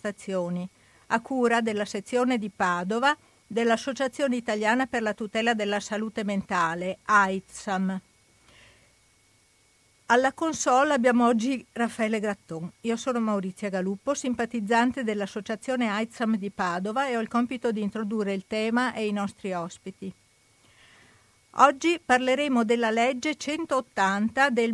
manifestazioni, a cura della sezione di Padova dell'Associazione Italiana per la Tutela della Salute Mentale, AITSAM. Alla console abbiamo oggi Raffaele Gratton. Io sono Maurizia Galuppo, simpatizzante dell'Associazione AITSAM di Padova e ho il compito di introdurre il tema e i nostri ospiti. Oggi parleremo della legge 180 del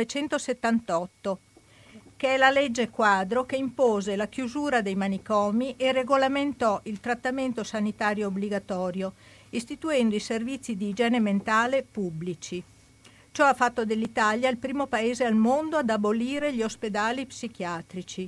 1978, che è la legge quadro che impose la chiusura dei manicomi e regolamentò il trattamento sanitario obbligatorio, istituendo i servizi di igiene mentale pubblici. Ciò ha fatto dell'Italia il primo paese al mondo ad abolire gli ospedali psichiatrici.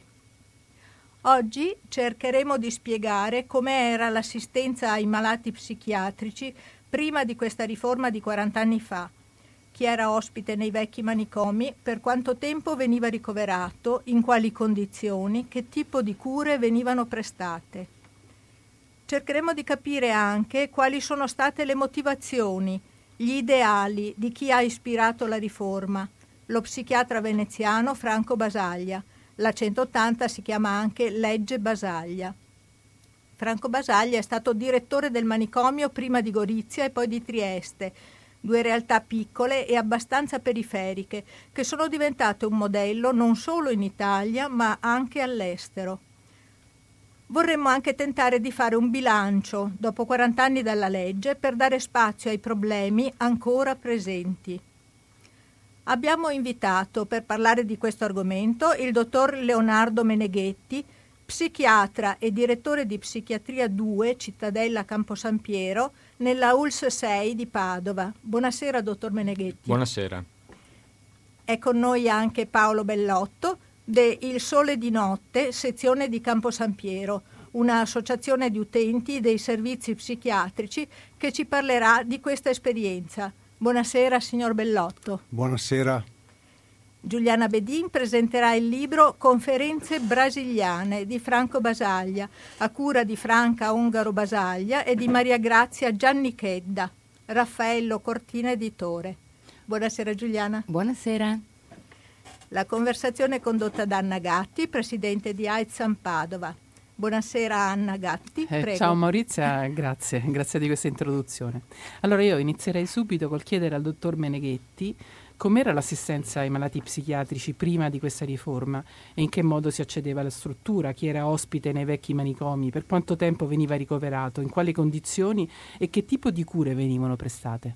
Oggi cercheremo di spiegare come era l'assistenza ai malati psichiatrici prima di questa riforma di 40 anni fa, chi era ospite nei vecchi manicomi, per quanto tempo veniva ricoverato, in quali condizioni, che tipo di cure venivano prestate. Cercheremo di capire anche quali sono state le motivazioni, gli ideali di chi ha ispirato la riforma, lo psichiatra veneziano Franco Basaglia. La 180 si chiama anche legge Basaglia. Franco Basaglia è stato direttore del manicomio prima di Gorizia e poi di Trieste, due realtà piccole e abbastanza periferiche che sono diventate un modello non solo in Italia ma anche all'estero. Vorremmo anche tentare di fare un bilancio, dopo 40 anni dalla legge, per dare spazio ai problemi ancora presenti. Abbiamo invitato per parlare di questo argomento il dottor Leonardo Meneghetti, psichiatra e direttore di Psichiatria 2, Cittadella Campo San Piero, nella ULSS 6 di Padova. Buonasera, dottor Meneghetti. Buonasera. È con noi anche Paolo Bellotto, de Il Sole di Notte, sezione di Campo San Piero, un'associazione di utenti dei servizi psichiatrici che ci parlerà di questa esperienza. Buonasera, signor Bellotto. Buonasera. Giuliana Bedin presenterà il libro Conferenze brasiliane di Franco Basaglia, a cura di Franca Ungaro Basaglia e di Maria Grazia Giannichedda, Raffaello Cortina editore. Buonasera Giuliana. Buonasera. La conversazione è condotta da Anna Gatti, presidente di AITSAM Padova. Buonasera Anna Gatti, prego. Ciao Maurizia, grazie di questa introduzione. Allora io inizierei subito col chiedere al dottor Meneghetti com'era l'assistenza ai malati psichiatrici prima di questa riforma e in che modo si accedeva alla struttura, chi era ospite nei vecchi manicomi, per quanto tempo veniva ricoverato, in quali condizioni e che tipo di cure venivano prestate.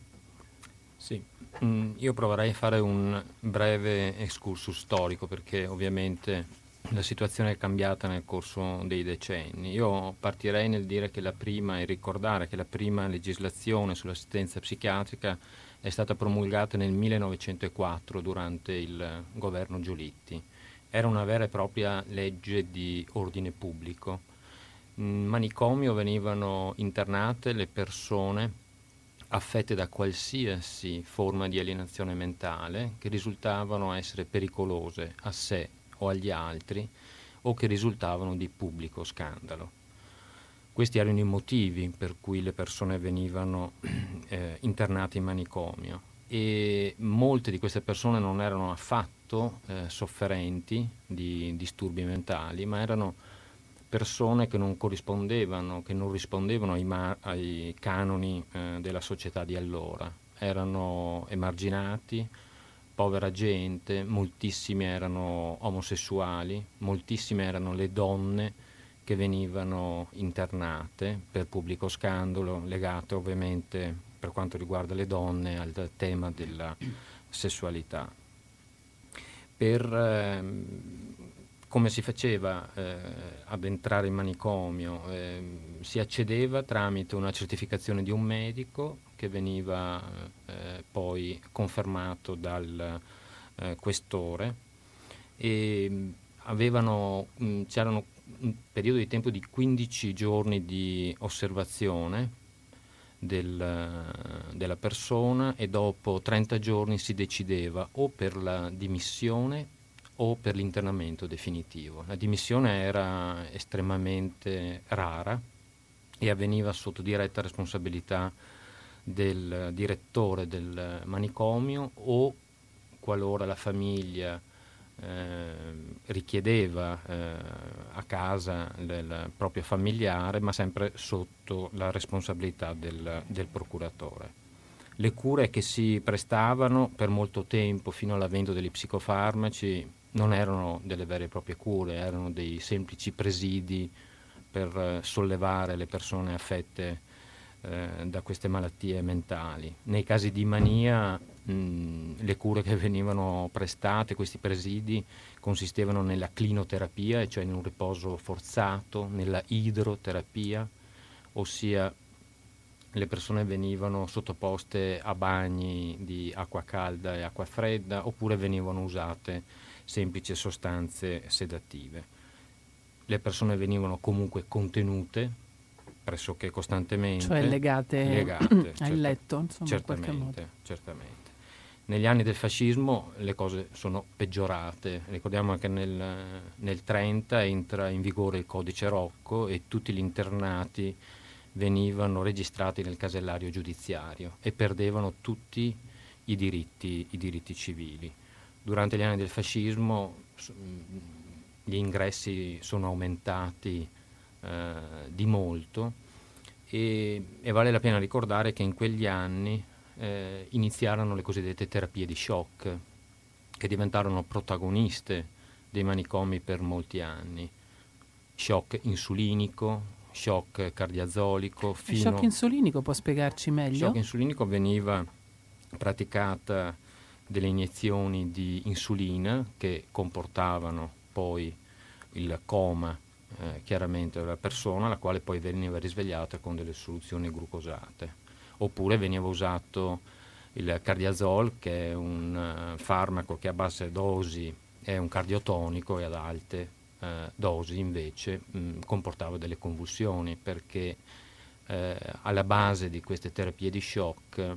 Sì, io proverei a fare un breve excursus storico perché ovviamente la situazione è cambiata nel corso dei decenni. Io partirei nel dire che ricordare che la prima legislazione sull'assistenza psichiatrica è stata promulgata nel 1904 durante il governo Giolitti. Era una vera e propria legge di ordine pubblico. In manicomio venivano internate le persone affette da qualsiasi forma di alienazione mentale che risultavano essere pericolose a sé o agli altri o che risultavano di pubblico scandalo. Questi erano i motivi per cui le persone venivano internate in manicomio e molte di queste persone non erano affatto sofferenti di disturbi mentali, ma erano persone che non rispondevano ai canoni della società di allora. Erano emarginati, povera gente, moltissimi erano omosessuali, moltissime erano le donne che venivano internate per pubblico scandalo, legate ovviamente per quanto riguarda le donne al tema della sessualità. Come si faceva ad entrare in manicomio? Si accedeva tramite una certificazione di un medico che veniva poi confermato dal questore e c'erano un periodo di tempo di 15 giorni di osservazione della persona e dopo 30 giorni si decideva o per la dimissione o per l'internamento definitivo. La dimissione era estremamente rara e avveniva sotto diretta responsabilità del direttore del manicomio o, qualora la famiglia richiedeva a casa del proprio familiare, ma sempre sotto la responsabilità del procuratore. Le cure che si prestavano per molto tempo, fino all'avvento degli psicofarmaci, non erano delle vere e proprie cure, erano dei semplici presidi per sollevare le persone affette da queste malattie mentali. Nei casi di mania le cure che venivano prestate, questi presidi, consistevano nella clinoterapia, cioè in un riposo forzato, nella idroterapia, ossia le persone venivano sottoposte a bagni di acqua calda e acqua fredda, oppure venivano usate semplici sostanze sedative. Le persone venivano comunque contenute pressoché costantemente, cioè legate al letto, insomma, certamente, in qualche modo. certamente. Negli anni del fascismo le cose sono peggiorate. Ricordiamo che nel 30 entra in vigore il codice Rocco e tutti gli internati venivano registrati nel casellario giudiziario e perdevano tutti i diritti civili. Durante gli anni del fascismo gli ingressi sono aumentati di molto e vale la pena ricordare che in quegli anni iniziarono le cosiddette terapie di shock, che diventarono protagoniste dei manicomi per molti anni. Shock insulinico, shock cardiazolico. Il shock insulinico può spiegarci meglio? Il shock insulinico veniva praticata delle iniezioni di insulina che comportavano poi il coma chiaramente della persona, la quale poi veniva risvegliata con delle soluzioni glucosate. Oppure veniva usato il cardiazol, che è un farmaco che a basse dosi è un cardiotonico e ad alte dosi invece comportava delle convulsioni, perché alla base di queste terapie di shock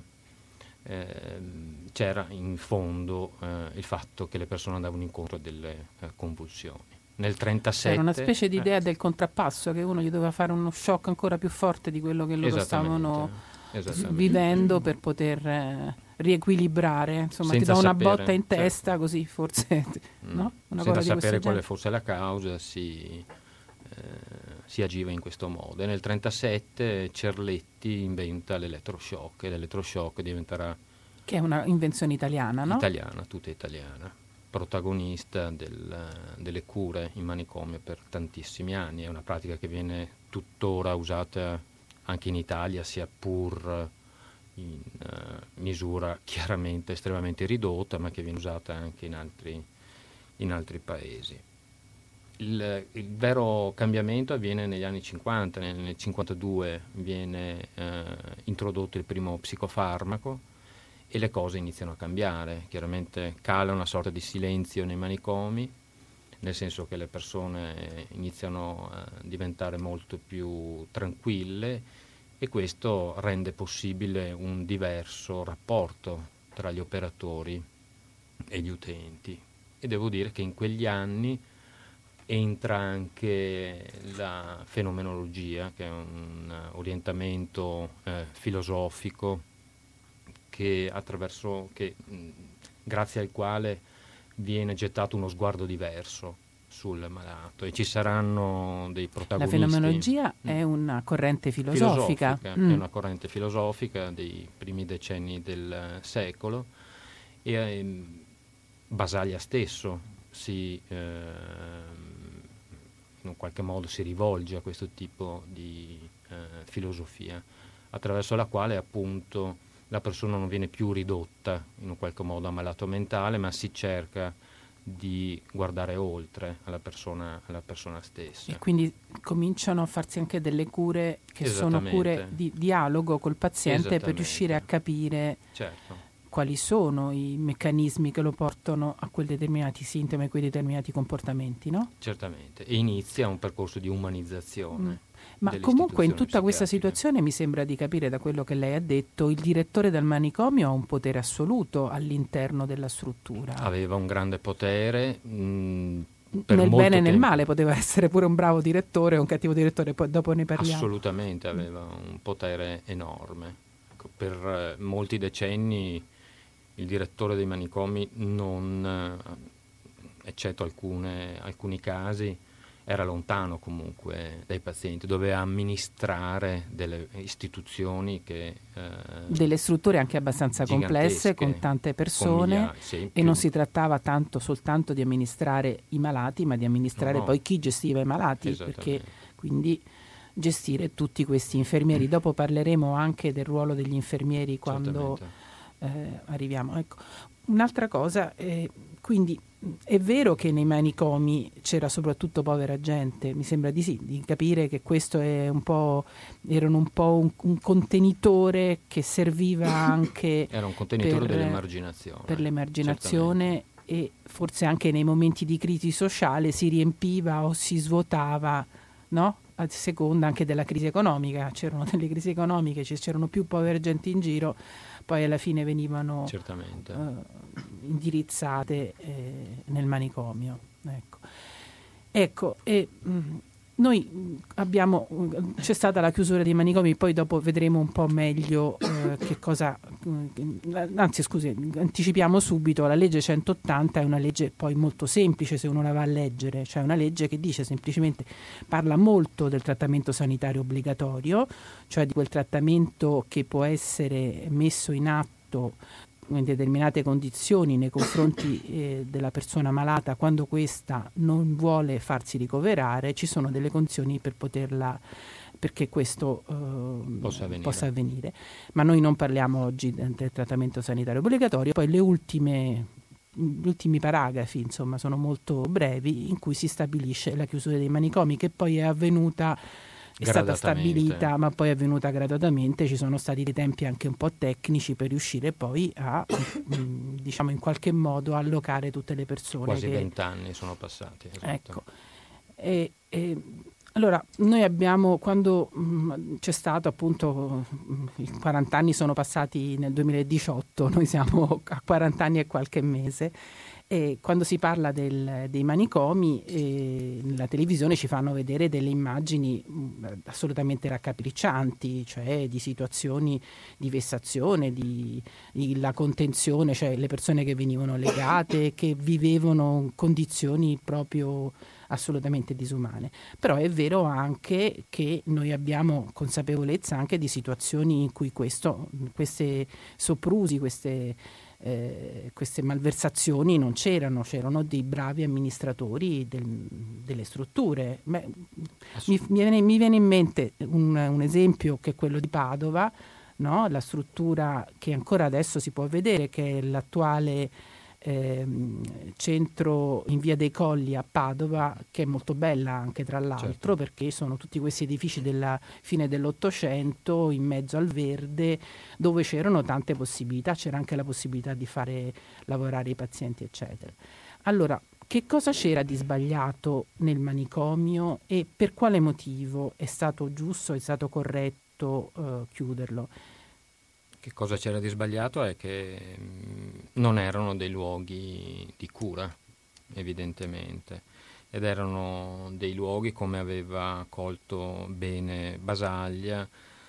c'era in fondo il fatto che le persone andavano incontro a delle convulsioni. Nel 1937 era una specie di idea del contrappasso, che uno gli doveva fare uno shock ancora più forte di quello che loro stavano vivendo per poter riequilibrare, insomma, senza ti do una botta in testa, certo, così forse no? Una senza cosa sapere quale fosse la causa si agiva in questo modo. E nel 1937 Cerletti inventa l'elettroshock, e l'elettroshock diventerà, che è una invenzione italiana, no? Italiana, tutta italiana, protagonista delle cure in manicomio per tantissimi anni. È una pratica che viene tuttora usata anche in Italia, sia pur in misura chiaramente estremamente ridotta, ma che viene usata anche in altri paesi. Il vero cambiamento avviene negli anni 50, nel 52 viene introdotto il primo psicofarmaco e le cose iniziano a cambiare. Chiaramente cala una sorta di silenzio nei manicomi, nel senso che le persone iniziano a diventare molto più tranquille, e questo rende possibile un diverso rapporto tra gli operatori e gli utenti. E devo dire che in quegli anni entra anche la fenomenologia, che è un orientamento filosofico grazie al quale viene gettato uno sguardo diverso sul malato, e ci saranno dei protagonisti. La fenomenologia è una corrente filosofica. È una corrente filosofica dei primi decenni del secolo, e Basaglia stesso in un qualche modo si rivolge a questo tipo di filosofia, attraverso la quale appunto la persona non viene più ridotta in un qualche modo a malato mentale, ma si cerca di guardare oltre alla persona stessa. E quindi cominciano a farsi anche delle cure che sono cure di dialogo col paziente, per riuscire a capire, certo, quali sono i meccanismi che lo portano a quei determinati sintomi, a quei determinati comportamenti, no? Certamente, e inizia un percorso di umanizzazione. Ma comunque in tutta questa situazione mi sembra di capire, da quello che lei ha detto, il direttore del manicomio ha un potere assoluto all'interno della struttura. Aveva un grande potere. Nel bene e nel male, poteva essere pure un bravo direttore o un cattivo direttore, poi dopo ne parliamo. Assolutamente, aveva un potere enorme. Per molti decenni il direttore dei manicomi non eccetto alcuni casi, era lontano comunque dai pazienti, doveva amministrare delle istituzioni delle strutture anche abbastanza complesse, con tante persone, e non si trattava soltanto di amministrare i malati, ma di amministrare poi chi gestiva i malati, perché quindi gestire tutti questi infermieri. Dopo parleremo anche del ruolo degli infermieri quando arriviamo. Ecco. Un'altra cosa, quindi è vero che nei manicomi c'era soprattutto povera gente, mi sembra di sì, di capire che questo è erano un po' un contenitore che serviva anche era un contenitore dell'emarginazione. Per l'emarginazione, e forse anche nei momenti di crisi sociale si riempiva o si svuotava, no? A seconda anche della crisi economica, c'erano delle crisi economiche, c'erano più povere gente in giro, poi alla fine venivano indirizzate nel manicomio. Ecco, noi c'è stata la chiusura dei manicomi, poi dopo vedremo un po' meglio che cosa, anzi scusi, anticipiamo subito, la legge 180 è una legge poi molto semplice se uno la va a leggere, cioè una legge che dice semplicemente, parla molto del trattamento sanitario obbligatorio, cioè di quel trattamento che può essere messo in atto in determinate condizioni nei confronti della persona malata quando questa non vuole farsi ricoverare. Ci sono delle condizioni perché questo possa avvenire. Ma noi non parliamo oggi del trattamento sanitario obbligatorio. Poi gli ultimi paragrafi, insomma, sono molto brevi, in cui si stabilisce la chiusura dei manicomi, che poi è stata stabilita, ma poi è avvenuta gradatamente. Ci sono stati dei tempi anche un po' tecnici per riuscire poi a diciamo in qualche modo allocare tutte le persone. Quasi 20 anni sono passati. Esatto. Ecco. Allora, noi abbiamo, quando c'è stato appunto, i 40 anni sono passati nel 2018, noi siamo a 40 anni e qualche mese, e quando si parla dei manicomi, nella televisione ci fanno vedere delle immagini assolutamente raccapriccianti, cioè di situazioni di vessazione, di la contenzione, cioè le persone che venivano legate, che vivevano condizioni proprio assolutamente disumane. Però è vero anche che noi abbiamo consapevolezza anche di situazioni in cui queste soprusi, queste malversazioni non c'erano dei bravi amministratori delle strutture. Mi viene in mente un esempio, che è quello di Padova, no? La struttura che ancora adesso si può vedere, che è l'attuale centro in via dei Colli a Padova, che è molto bella anche tra l'altro, certo, perché sono tutti questi edifici della fine dell'Ottocento in mezzo al verde, dove c'erano tante possibilità, c'era anche la possibilità di fare lavorare i pazienti eccetera. Allora, che cosa c'era di sbagliato nel manicomio e per quale motivo è stato giusto, è stato corretto chiuderlo? Che cosa c'era di sbagliato è che non erano dei luoghi di cura, evidentemente, ed erano dei luoghi, come aveva colto bene Basaglia,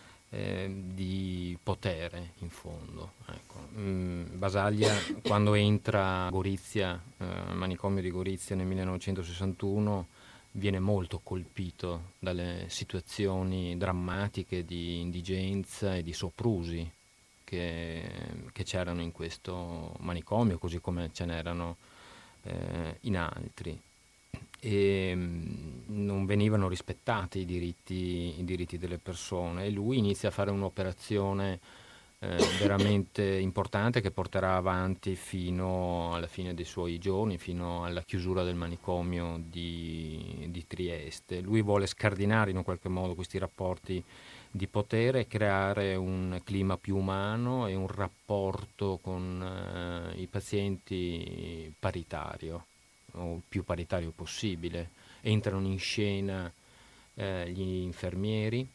di potere in fondo. Ecco. Basaglia, quando entra a Gorizia, al manicomio di Gorizia nel 1961, viene molto colpito dalle situazioni drammatiche di indigenza e di soprusi che c'erano in questo manicomio, così come ce n'erano in altri, e non venivano rispettati i diritti delle persone, e lui inizia a fare un'operazione veramente importante che porterà avanti fino alla fine dei suoi giorni, fino alla chiusura del manicomio di Trieste. Lui vuole scardinare in un qualche modo questi rapporti di potere, creare un clima più umano e un rapporto con i pazienti paritario, o più paritario possibile. Entrano in scena gli infermieri,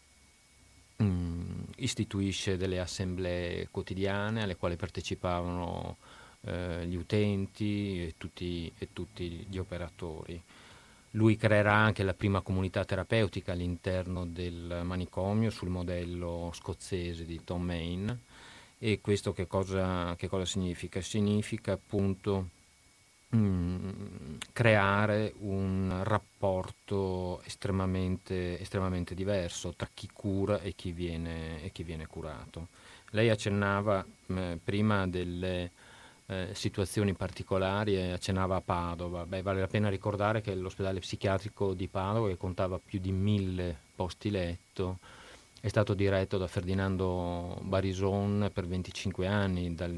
istituisce delle assemblee quotidiane alle quali partecipavano gli utenti e tutti gli operatori. Lui creerà anche la prima comunità terapeutica all'interno del manicomio sul modello scozzese di Tom Mayne. E questo che cosa significa? Significa appunto creare un rapporto estremamente diverso tra chi cura e chi viene curato. Lei accennava prima delle situazioni particolari e accennava a Padova. Vale la pena ricordare che l'ospedale psichiatrico di Padova, che contava più di 1000 posti letto, è stato diretto da Ferdinando Barison per 25 anni, dal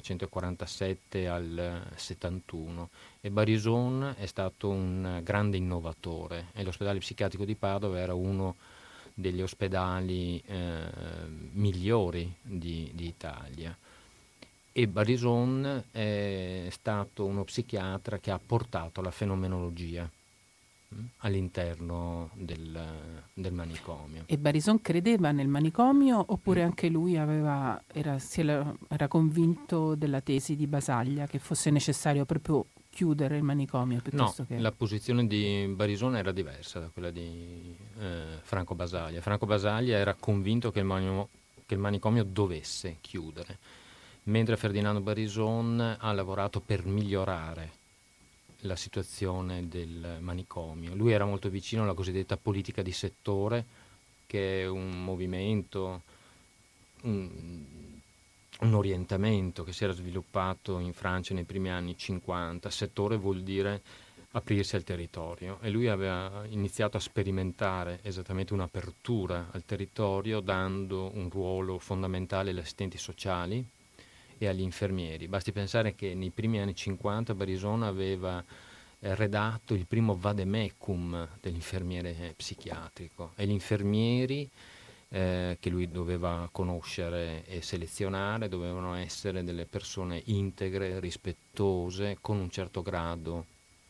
1947 al 71, e Barison è stato un grande innovatore e l'ospedale psichiatrico di Padova era uno degli ospedali migliori di Italia. E Barison è stato uno psichiatra che ha portato la fenomenologia all'interno del manicomio. E Barison credeva nel manicomio oppure anche lui era convinto della tesi di Basaglia che fosse necessario proprio chiudere il manicomio piuttosto che... La posizione di Barison era diversa da quella di Franco Basaglia. Franco Basaglia era convinto che il manicomio dovesse chiudere, mentre Ferdinando Barison ha lavorato per migliorare la situazione del manicomio. Lui era molto vicino alla cosiddetta politica di settore, che è un movimento, un orientamento che si era sviluppato in Francia nei primi anni 50. Settore vuol dire aprirsi al territorio, e lui aveva iniziato a sperimentare esattamente un'apertura al territorio, dando un ruolo fondamentale agli assistenti sociali e agli infermieri. Basti pensare che nei primi anni 50 Barison aveva redatto il primo vademecum dell'infermiere psichiatrico, e gli infermieri che lui doveva conoscere e selezionare dovevano essere delle persone integre, rispettose, con un certo grado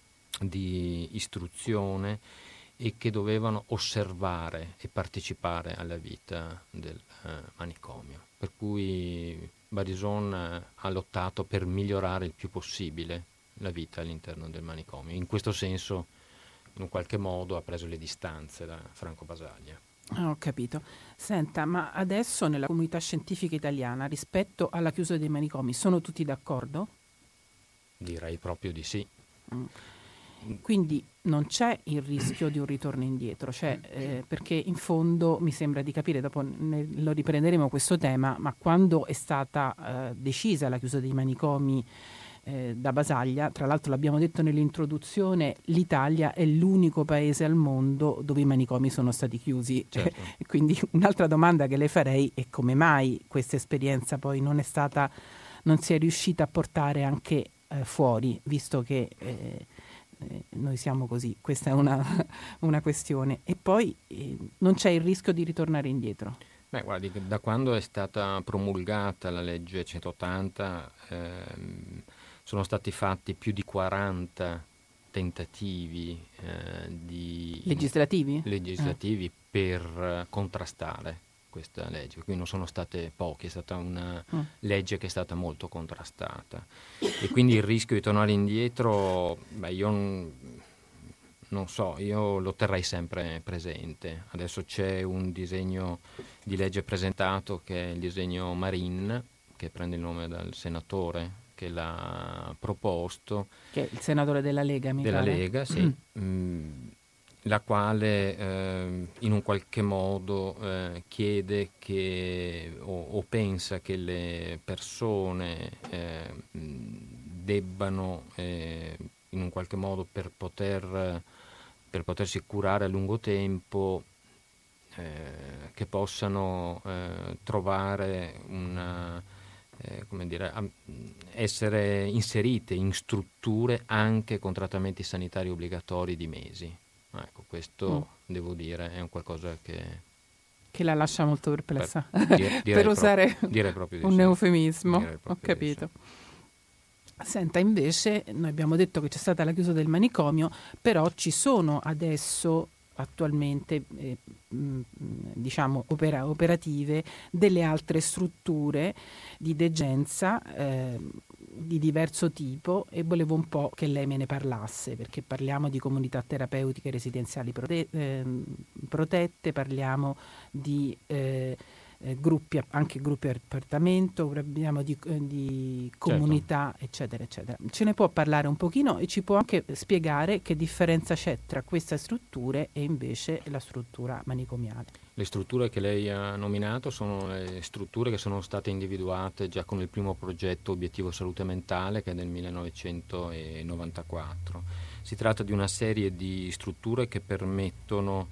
di istruzione e che dovevano osservare e partecipare alla vita del manicomio. Per cui Barison ha lottato per migliorare il più possibile la vita all'interno del manicomio. In questo senso, in un qualche modo, ha preso le distanze da Franco Basaglia. Ho capito. Senta, ma adesso nella comunità scientifica italiana rispetto alla chiusura dei manicomi sono tutti d'accordo? Direi proprio di sì. Quindi non c'è il rischio di un ritorno indietro, perché in fondo mi sembra di capire, dopo lo riprenderemo questo tema, ma quando è stata decisa la chiusura dei manicomi da Basaglia, tra l'altro l'abbiamo detto nell'introduzione, l'Italia è l'unico paese al mondo dove i manicomi sono stati chiusi. Certo. Quindi un'altra domanda che le farei è come mai questa esperienza poi non si è riuscita a portare anche fuori, visto che noi siamo così, questa è una questione. E poi non c'è il rischio di ritornare indietro? Guardi, da quando è stata promulgata la legge 180 sono stati fatti più di 40 tentativi legislativi per contrastare questa legge, quindi non sono state poche, è stata una legge che è stata molto contrastata, e quindi il rischio di tornare indietro, io non so, io lo terrei sempre presente. Adesso c'è un disegno di legge presentato che è il disegno Marin, che prende il nome dal senatore che l'ha proposto. Che è il senatore della Lega, mi pare. Della Lega, sì. La quale in un qualche modo chiede che o pensa che le persone debbano in un qualche modo per potersi curare a lungo tempo che possano trovare essere inserite in strutture anche con trattamenti sanitari obbligatori di mesi. Ecco, questo devo dire è un qualcosa che la lascia molto perplessa, per usare un eufemismo. Ho capito. Senta, invece noi abbiamo detto che c'è stata la chiusura del manicomio, però ci sono adesso attualmente operative delle altre strutture di degenza di diverso tipo, e volevo un po' che lei me ne parlasse, perché parliamo di comunità terapeutiche residenziali protette, parliamo di anche gruppi appartamento, abbiamo di comunità, certo, eccetera, eccetera. Ce ne può parlare un pochino e ci può anche spiegare che differenza c'è tra queste strutture e invece la struttura manicomiale? Le strutture che lei ha nominato sono le strutture che sono state individuate già con il primo progetto Obiettivo Salute Mentale, che è del 1994. Si tratta di una serie di strutture che permettono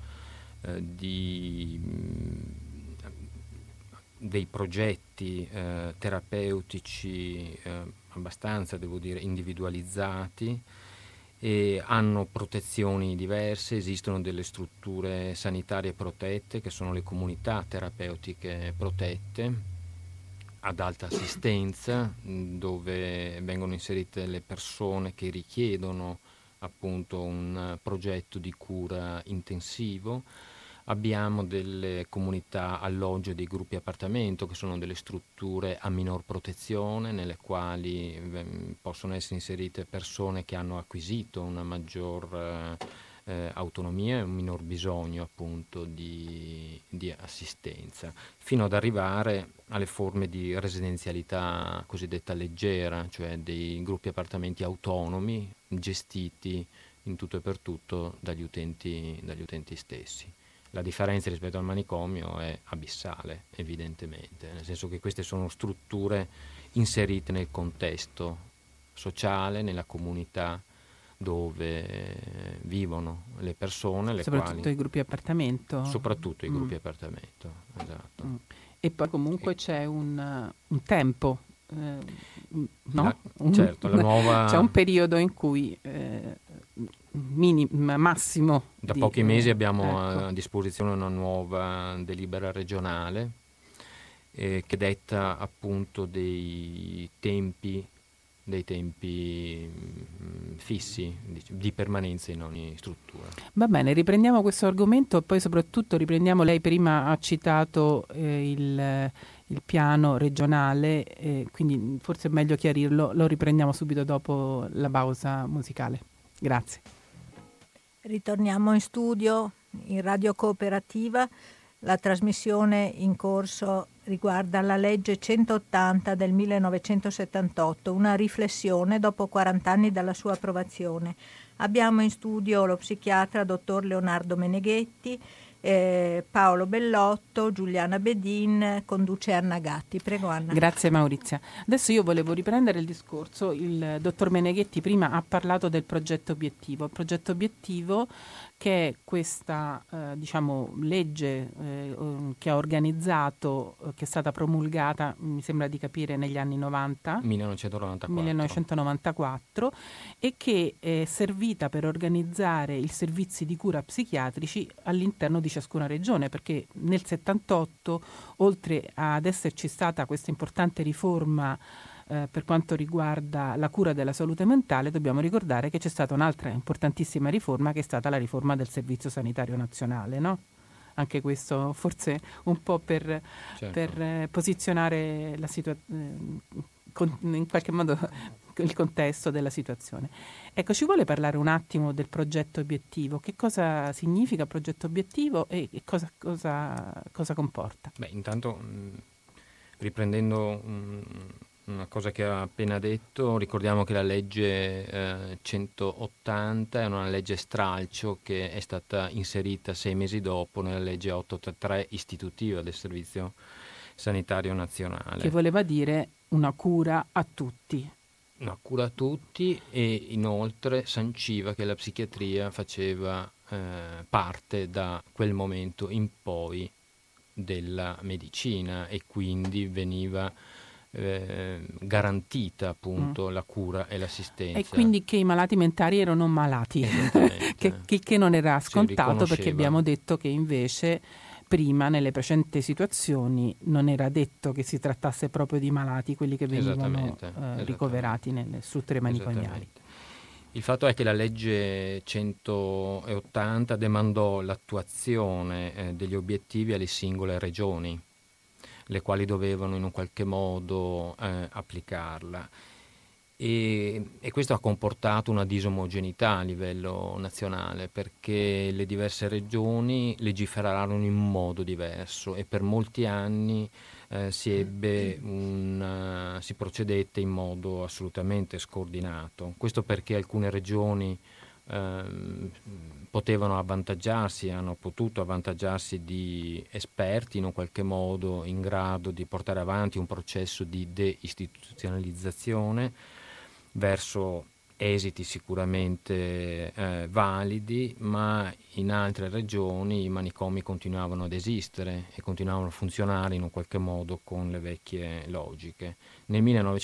dei progetti terapeutici abbastanza, devo dire, individualizzati, e hanno protezioni diverse. Esistono delle strutture sanitarie protette, che sono le comunità terapeutiche protette ad alta assistenza, dove vengono inserite le persone che richiedono appunto un progetto di cura intensivo. Abbiamo delle comunità alloggio e dei gruppi appartamento, che sono delle strutture a minor protezione, nelle quali possono essere inserite persone che hanno acquisito una maggior autonomia e un minor bisogno appunto di assistenza, fino ad arrivare alle forme di residenzialità cosiddetta leggera, cioè dei gruppi appartamenti autonomi gestiti in tutto e per tutto dagli utenti stessi. La differenza rispetto al manicomio è abissale, evidentemente, nel senso che queste sono strutture inserite nel contesto sociale, nella comunità dove vivono le persone, soprattutto i gruppi appartamento. Soprattutto i gruppi appartamento, esatto. E poi comunque c'è un tempo, no? Certo, la nuova... C'è un periodo in cui massimo. Da pochi mesi abbiamo a disposizione una nuova delibera regionale che detta appunto dei tempi fissi di permanenza in ogni struttura. Va bene, riprendiamo questo argomento e poi soprattutto riprendiamo, lei prima ha citato il piano regionale, quindi forse è meglio chiarirlo, lo riprendiamo subito dopo la pausa musicale. Grazie. Ritorniamo in studio in Radio Cooperativa. La trasmissione in corso riguarda la legge 180 del 1978, una riflessione dopo 40 anni dalla sua approvazione. Abbiamo in studio lo psichiatra dottor Leonardo Meneghetti, Paolo Bellotto, Giuliana Bedin, conduce Anna Gatti. Prego Anna. Grazie Maurizia. Adesso io volevo riprendere il discorso. Il dottor Meneghetti prima ha parlato del progetto obiettivo. Il progetto obiettivo, che è questa legge che ha organizzato, che è stata promulgata, mi sembra di capire, negli anni 1994, e che è servita per organizzare i servizi di cura psichiatrici all'interno di ciascuna regione, perché nel 78, oltre ad esserci stata questa importante riforma per quanto riguarda la cura della salute mentale, dobbiamo ricordare che c'è stata un'altra importantissima riforma, che è stata la riforma del Servizio Sanitario Nazionale, no? Anche questo forse un po' per posizionare la situazione, in qualche modo il contesto della situazione. Ecco, ci vuole parlare un attimo del progetto obiettivo? Che cosa significa progetto obiettivo e cosa comporta? Beh, intanto riprendendo una cosa che ha appena detto, ricordiamo che la legge 180 è una legge stralcio che è stata inserita 6 mesi dopo nella legge 883 istitutiva del Servizio Sanitario Nazionale. Che voleva dire una cura a tutti. Una cura a tutti, e inoltre sanciva che la psichiatria faceva parte da quel momento in poi della medicina, e quindi veniva garantita appunto la cura e l'assistenza. E quindi che i malati mentali erano malati, che non era scontato, perché abbiamo detto che invece prima, nelle precedenti situazioni, non era detto che si trattasse proprio di malati, quelli che venivano ricoverati nelle strutture manicomiali. Il fatto è che la legge 180 demandò l'attuazione degli obiettivi alle singole regioni, le quali dovevano in un qualche modo applicarla. E questo ha comportato una disomogeneità a livello nazionale, perché le diverse regioni legiferarono in modo diverso e per molti anni si procedette in modo assolutamente scordinato. Questo perché alcune regioni hanno potuto avvantaggiarsi di esperti in un qualche modo in grado di portare avanti un processo di deistituzionalizzazione verso esiti sicuramente validi, ma in altre regioni i manicomi continuavano ad esistere e continuavano a funzionare in un qualche modo con le vecchie logiche. Nel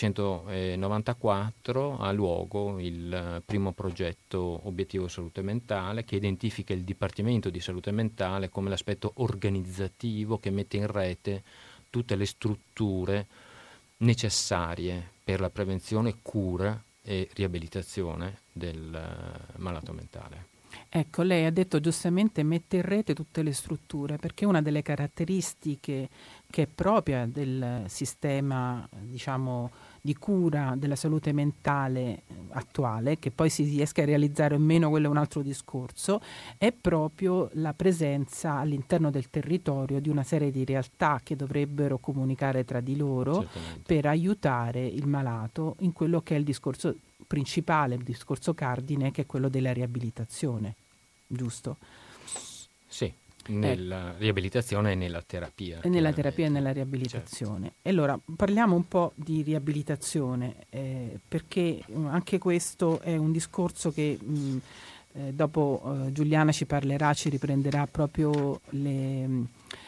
1994 ha luogo il primo progetto Obiettivo Salute Mentale, che identifica il Dipartimento di Salute Mentale come l'aspetto organizzativo che mette in rete tutte le strutture necessarie per la prevenzione, cura e riabilitazione del malato mentale. Ecco, lei ha detto giustamente mette in rete tutte le strutture, perché una delle caratteristiche che è propria del sistema, diciamo, di cura della salute mentale attuale, che poi si riesca a realizzare o meno, quello è un altro discorso, è proprio la presenza all'interno del territorio di una serie di realtà che dovrebbero comunicare tra di loro. Certamente. Per aiutare il malato in quello che è il discorso principale, il discorso cardine, che è quello della riabilitazione, giusto? Sì, nella riabilitazione e nella terapia. E nella terapia e nella riabilitazione. Certo. E allora parliamo un po' di riabilitazione, perché anche questo è un discorso che dopo Giuliana ci parlerà, ci riprenderà proprio le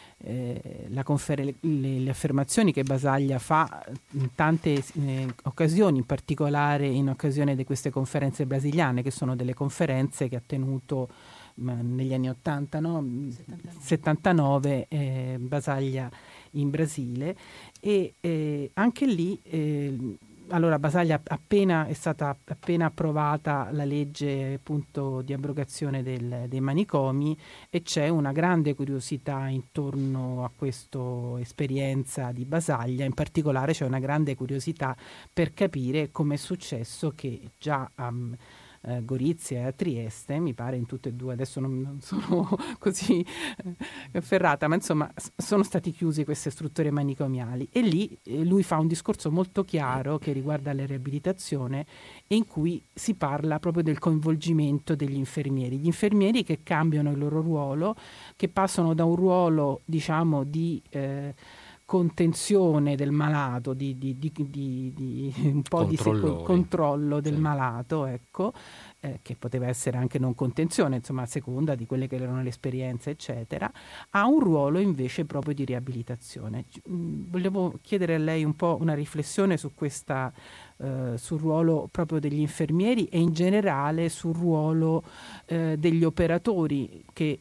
affermazioni che Basaglia fa in tante occasioni, in particolare in occasione di queste conferenze brasiliane, che sono delle conferenze che ha tenuto negli anni 80, no? 79 Basaglia in Brasile, e anche lì allora Basaglia è stata appena approvata la legge appunto di abrogazione dei manicomi, e c'è una grande curiosità intorno a questa esperienza di Basaglia. In particolare c'è una grande curiosità per capire come è successo che già Gorizia e a Trieste, mi pare in tutte e due, adesso non sono così afferrata, ma insomma sono stati chiusi queste strutture manicomiali, e lì lui fa un discorso molto chiaro che riguarda la riabilitazione, e in cui si parla proprio del coinvolgimento degli infermieri, gli infermieri che cambiano il loro ruolo, che passano da un ruolo, diciamo, di contenzione del malato, di un po' di controllo del malato, ecco, che poteva essere anche non contenzione, insomma a seconda di quelle che erano le esperienze, eccetera, ha un ruolo invece proprio di riabilitazione. Volevo chiedere a lei un po' una riflessione su questa sul ruolo proprio degli infermieri e in generale sul ruolo degli operatori che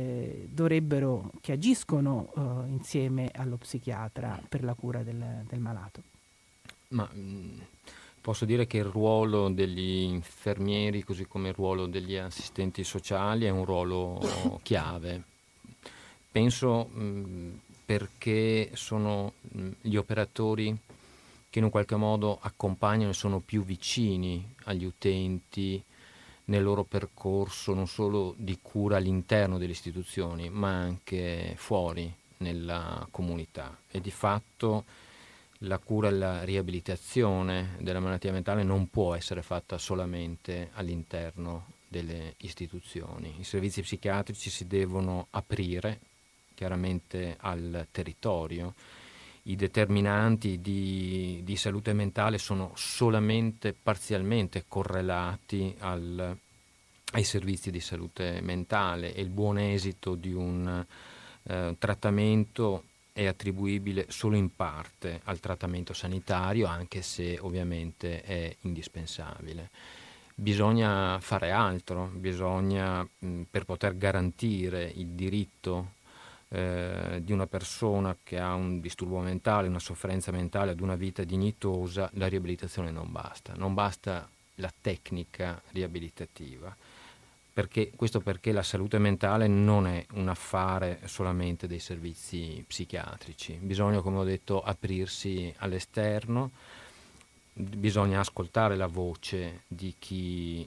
agiscono insieme allo psichiatra per la cura del malato. Ma posso dire che il ruolo degli infermieri, così come il ruolo degli assistenti sociali, è un ruolo chiave. Penso perché sono gli operatori che in un qualche modo accompagnano e sono più vicini agli utenti nel loro percorso non solo di cura all'interno delle istituzioni, ma anche fuori nella comunità. E di fatto la cura e la riabilitazione della malattia mentale non può essere fatta solamente all'interno delle istituzioni. I servizi psichiatrici si devono aprire chiaramente al territorio. I determinanti di salute mentale sono solamente parzialmente correlati ai servizi di salute mentale, e il buon esito di un trattamento è attribuibile solo in parte al trattamento sanitario, anche se ovviamente è indispensabile. Bisogna fare altro, per poter garantire il diritto di una persona che ha un disturbo mentale, una sofferenza mentale, ad una vita dignitosa, la riabilitazione non basta la tecnica riabilitativa, perché la salute mentale non è un affare solamente dei servizi psichiatrici. Bisogna, come ho detto, aprirsi all'esterno, bisogna ascoltare la voce di chi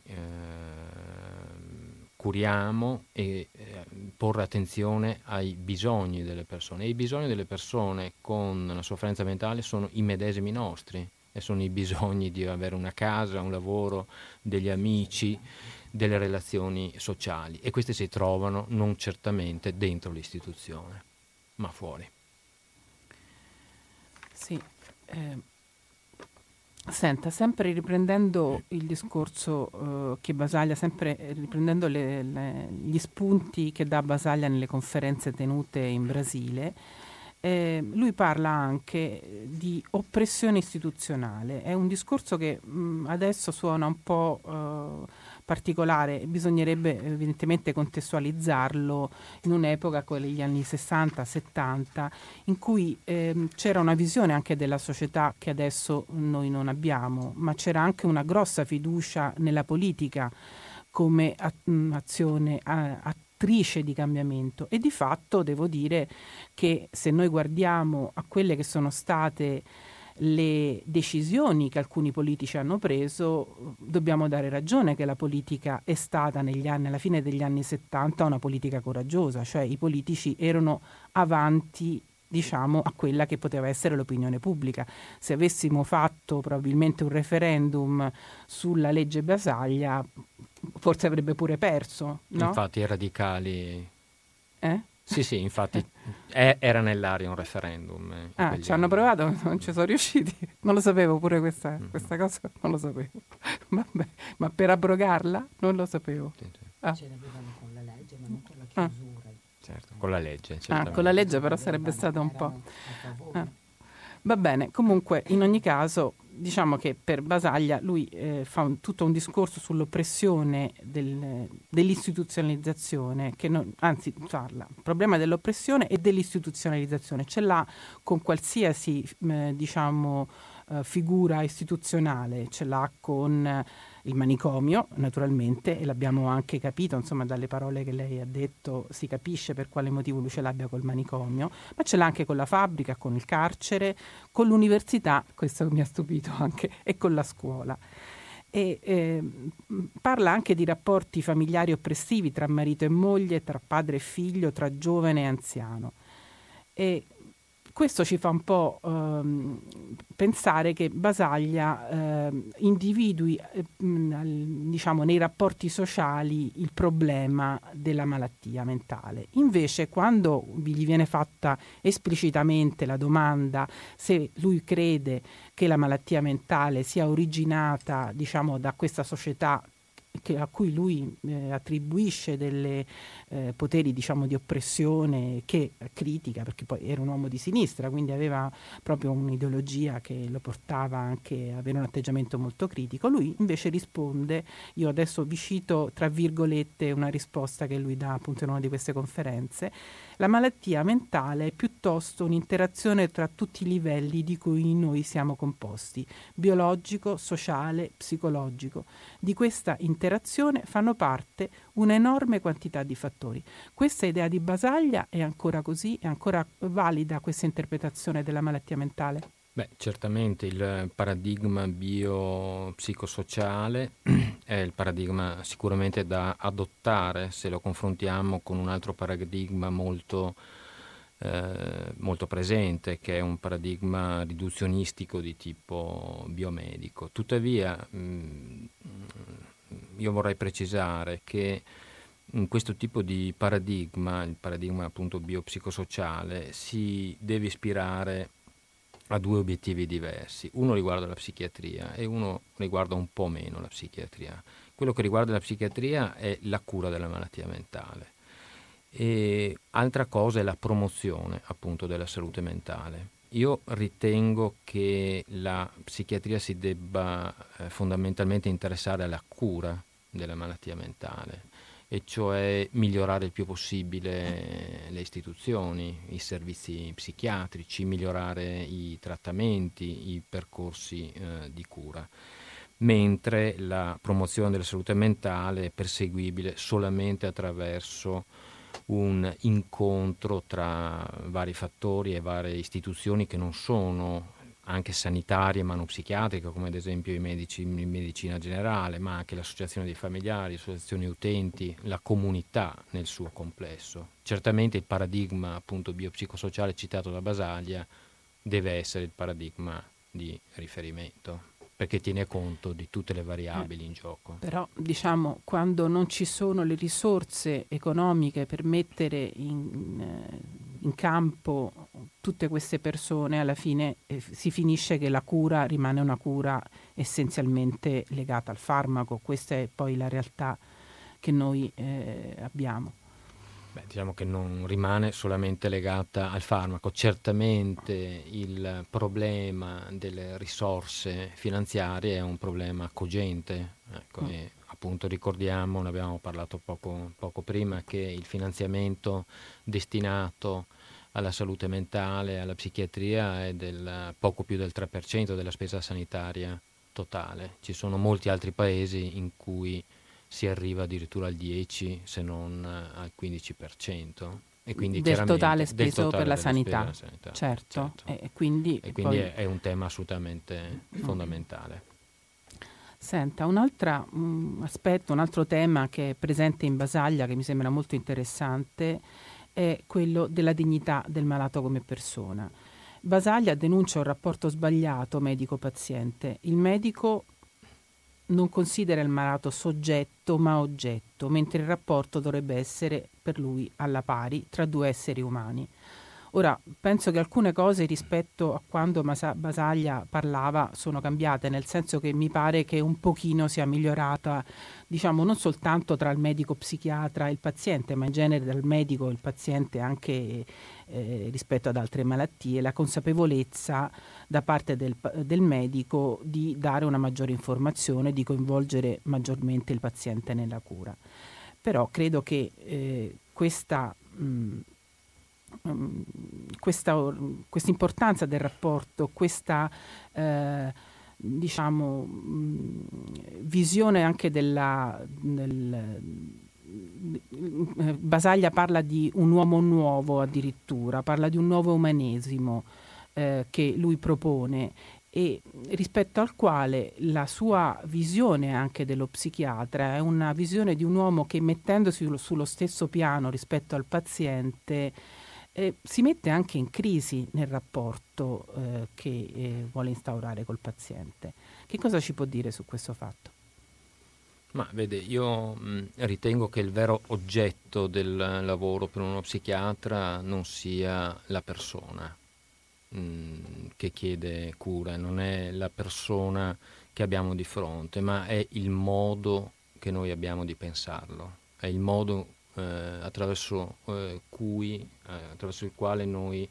curiamo e porre attenzione ai bisogni delle persone. E i bisogni delle persone con la sofferenza mentale sono i medesimi nostri, e sono i bisogni di avere una casa, un lavoro, degli amici, delle relazioni sociali, e queste si trovano non certamente dentro l'istituzione, ma fuori. Sì. Senta, sempre riprendendo il discorso che Basaglia, sempre riprendendo gli spunti che dà Basaglia nelle conferenze tenute in Brasile, lui parla anche di oppressione istituzionale. È un discorso che adesso suona un po' particolare, bisognerebbe evidentemente contestualizzarlo in un'epoca, quella degli anni 60-70, in cui c'era una visione anche della società che adesso noi non abbiamo, ma c'era anche una grossa fiducia nella politica come azione attrice di cambiamento. E di fatto devo dire che se noi guardiamo a quelle che sono state le decisioni che alcuni politici hanno preso, dobbiamo dare ragione che la politica è stata negli anni, alla fine degli anni 70, una politica coraggiosa, cioè i politici erano avanti, diciamo, a quella che poteva essere l'opinione pubblica. Se avessimo fatto probabilmente un referendum sulla legge Basaglia, forse avrebbe pure perso, no? Infatti i radicali... Sì, infatti era nell'aria un referendum. Ci hanno provato, non ci sono riusciti. Non lo sapevo pure questa cosa, non lo sapevo. Vabbè, ma per abrogarla non lo sapevo. Ce l'avevano con la legge, ma non con la chiusura. Certo, con la legge. Con la legge però sarebbe stato un po'... Va bene, comunque in ogni caso diciamo che per Basaglia lui fa tutto un discorso sull'oppressione dell'istituzionalizzazione, anzi parla il problema dell'oppressione e dell'istituzionalizzazione, ce l'ha con qualsiasi figura istituzionale, ce l'ha con il manicomio naturalmente, e l'abbiamo anche capito, insomma, dalle parole che lei ha detto si capisce per quale motivo lui ce l'abbia col manicomio, ma ce l'ha anche con la fabbrica, con il carcere, con l'università, questo mi ha stupito anche, e con la scuola. E parla anche di rapporti familiari oppressivi tra marito e moglie, tra padre e figlio, tra giovane e anziano. E questo ci fa un po' pensare che Basaglia individui nei rapporti sociali il problema della malattia mentale. Invece quando gli viene fatta esplicitamente la domanda se lui crede che la malattia mentale sia originata da questa società a cui lui attribuisce delle poteri di oppressione, che critica, perché poi era un uomo di sinistra, quindi aveva proprio un'ideologia che lo portava anche a avere un atteggiamento molto critico. Lui invece risponde, io adesso vi cito tra virgolette una risposta che lui dà appunto in una di queste conferenze: la malattia mentale è piuttosto un'interazione tra tutti i livelli di cui noi siamo composti, biologico, sociale, psicologico. Di questa interazione fanno parte un'enorme quantità di fattori. Questa idea di Basaglia è ancora così? È ancora valida questa interpretazione della malattia mentale? Beh, certamente il paradigma biopsicosociale è il paradigma sicuramente da adottare se lo confrontiamo con un altro paradigma molto presente, che è un paradigma riduzionistico di tipo biomedico. Tuttavia io vorrei precisare che in questo tipo di paradigma, il paradigma appunto biopsicosociale, si deve ispirare a due obiettivi diversi. Uno riguarda la psichiatria e uno riguarda un po' meno la psichiatria. Quello che riguarda la psichiatria è la cura della malattia mentale. E altra cosa è la promozione appunto della salute mentale. Io ritengo che la psichiatria si debba fondamentalmente interessare alla cura della malattia mentale, e cioè migliorare il più possibile le istituzioni, i servizi psichiatrici, migliorare i trattamenti, i percorsi di cura, mentre la promozione della salute mentale è perseguibile solamente attraverso un incontro tra vari fattori e varie istituzioni che non sono anche sanitarie ma non psichiatriche, come ad esempio i medici in medicina generale, ma anche l'associazione dei familiari, l'associazione utenti, la comunità nel suo complesso. Certamente il paradigma appunto biopsicosociale citato da Basaglia deve essere il paradigma di riferimento, perché tiene conto di tutte le variabili in gioco. Però diciamo, quando non ci sono le risorse economiche per mettere in campo tutte queste persone, alla fine si finisce che la cura rimane una cura essenzialmente legata al farmaco. Questa è poi la realtà che noi abbiamo. Diciamo che non rimane solamente legata al farmaco. Certamente il problema delle risorse finanziarie è un problema cogente. Ecco, e appunto ricordiamo, ne abbiamo parlato poco prima, che il finanziamento destinato alla salute mentale, alla psichiatria è del poco più del 3% della spesa sanitaria totale. Ci sono molti altri paesi in cui si arriva addirittura al 10 se non al 15%, e quindi del totale speso del totale per la della sanità. spesa sanitaria. Certo. Certo. E quindi poi... è un tema assolutamente fondamentale. Senta, un altro aspetto, un altro tema che è presente in Basaglia, che mi sembra molto interessante, è quello della dignità del malato come persona. Basaglia denuncia un rapporto sbagliato medico-paziente. Il medico non considera il malato soggetto ma oggetto, mentre il rapporto dovrebbe essere per lui alla pari tra due esseri umani. Ora, penso che alcune cose rispetto a quando Basaglia parlava sono cambiate, nel senso che mi pare che un pochino sia migliorata, diciamo, non soltanto tra il medico psichiatra e il paziente, ma in genere dal medico e il paziente anche rispetto ad altre malattie, la consapevolezza da parte del medico di dare una maggiore informazione, di coinvolgere maggiormente il paziente nella cura. Però credo che questa importanza del rapporto, questa visione anche Basaglia parla di un uomo nuovo, addirittura parla di un nuovo umanesimo che lui propone, e rispetto al quale la sua visione anche dello psichiatra è una visione di un uomo che, mettendosi sullo stesso piano rispetto al paziente, si mette anche in crisi nel rapporto che vuole instaurare col paziente. Che cosa ci può dire su questo fatto? Ma vede, io ritengo che il vero oggetto del lavoro per uno psichiatra non sia la persona che chiede cura, non è la persona che abbiamo di fronte, ma è il modo che noi abbiamo di pensarlo, è il modo attraverso il quale noi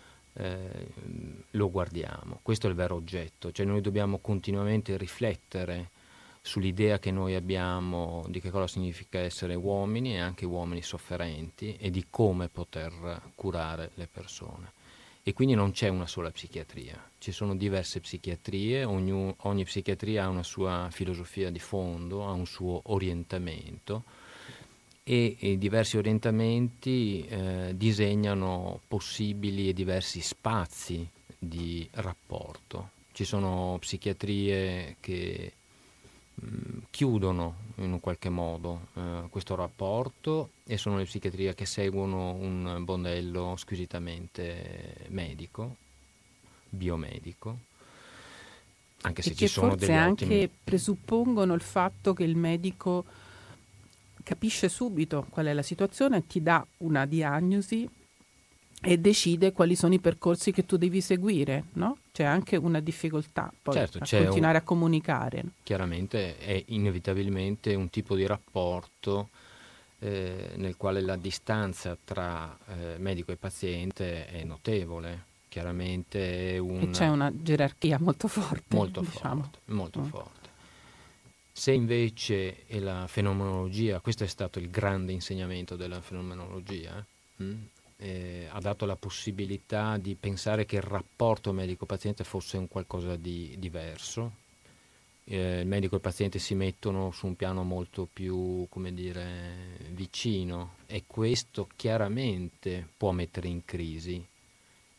lo guardiamo. Questo è il vero oggetto, cioè noi dobbiamo continuamente riflettere sull'idea che noi abbiamo di che cosa significa essere uomini e anche uomini sofferenti, e di come poter curare le persone. E quindi non c'è una sola psichiatria, ci sono diverse psichiatrie, ogni psichiatria ha una sua filosofia di fondo, ha un suo orientamento, e diversi orientamenti disegnano possibili e diversi spazi di rapporto. Ci sono psichiatrie che chiudono in un qualche modo questo rapporto, e sono le psichiatrie che seguono un modello squisitamente medico, biomedico, anche se ci sono degli ottimi... anche presuppongono il fatto che il medico capisce subito qual è la situazione, ti dà una diagnosi e decide quali sono i percorsi che tu devi seguire, no? C'è anche una difficoltà poi a continuare a comunicare. Chiaramente è inevitabilmente un tipo di rapporto nel quale la distanza tra medico e paziente è notevole. Chiaramente e c'è una gerarchia molto forte. Molto forte. Se invece è la fenomenologia, questo è stato il grande insegnamento della fenomenologia, ha dato la possibilità di pensare che il rapporto medico-paziente fosse un qualcosa di diverso. Il medico e il paziente si mettono su un piano molto più, come dire, vicino, e questo chiaramente può mettere in crisi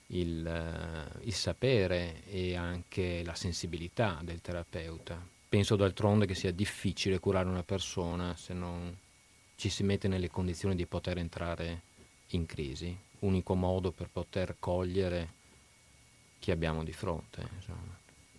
il sapere e anche la sensibilità del terapeuta. Penso d'altronde che sia difficile curare una persona se non ci si mette nelle condizioni di poter entrare in crisi, unico modo per poter cogliere chi abbiamo di fronte, insomma.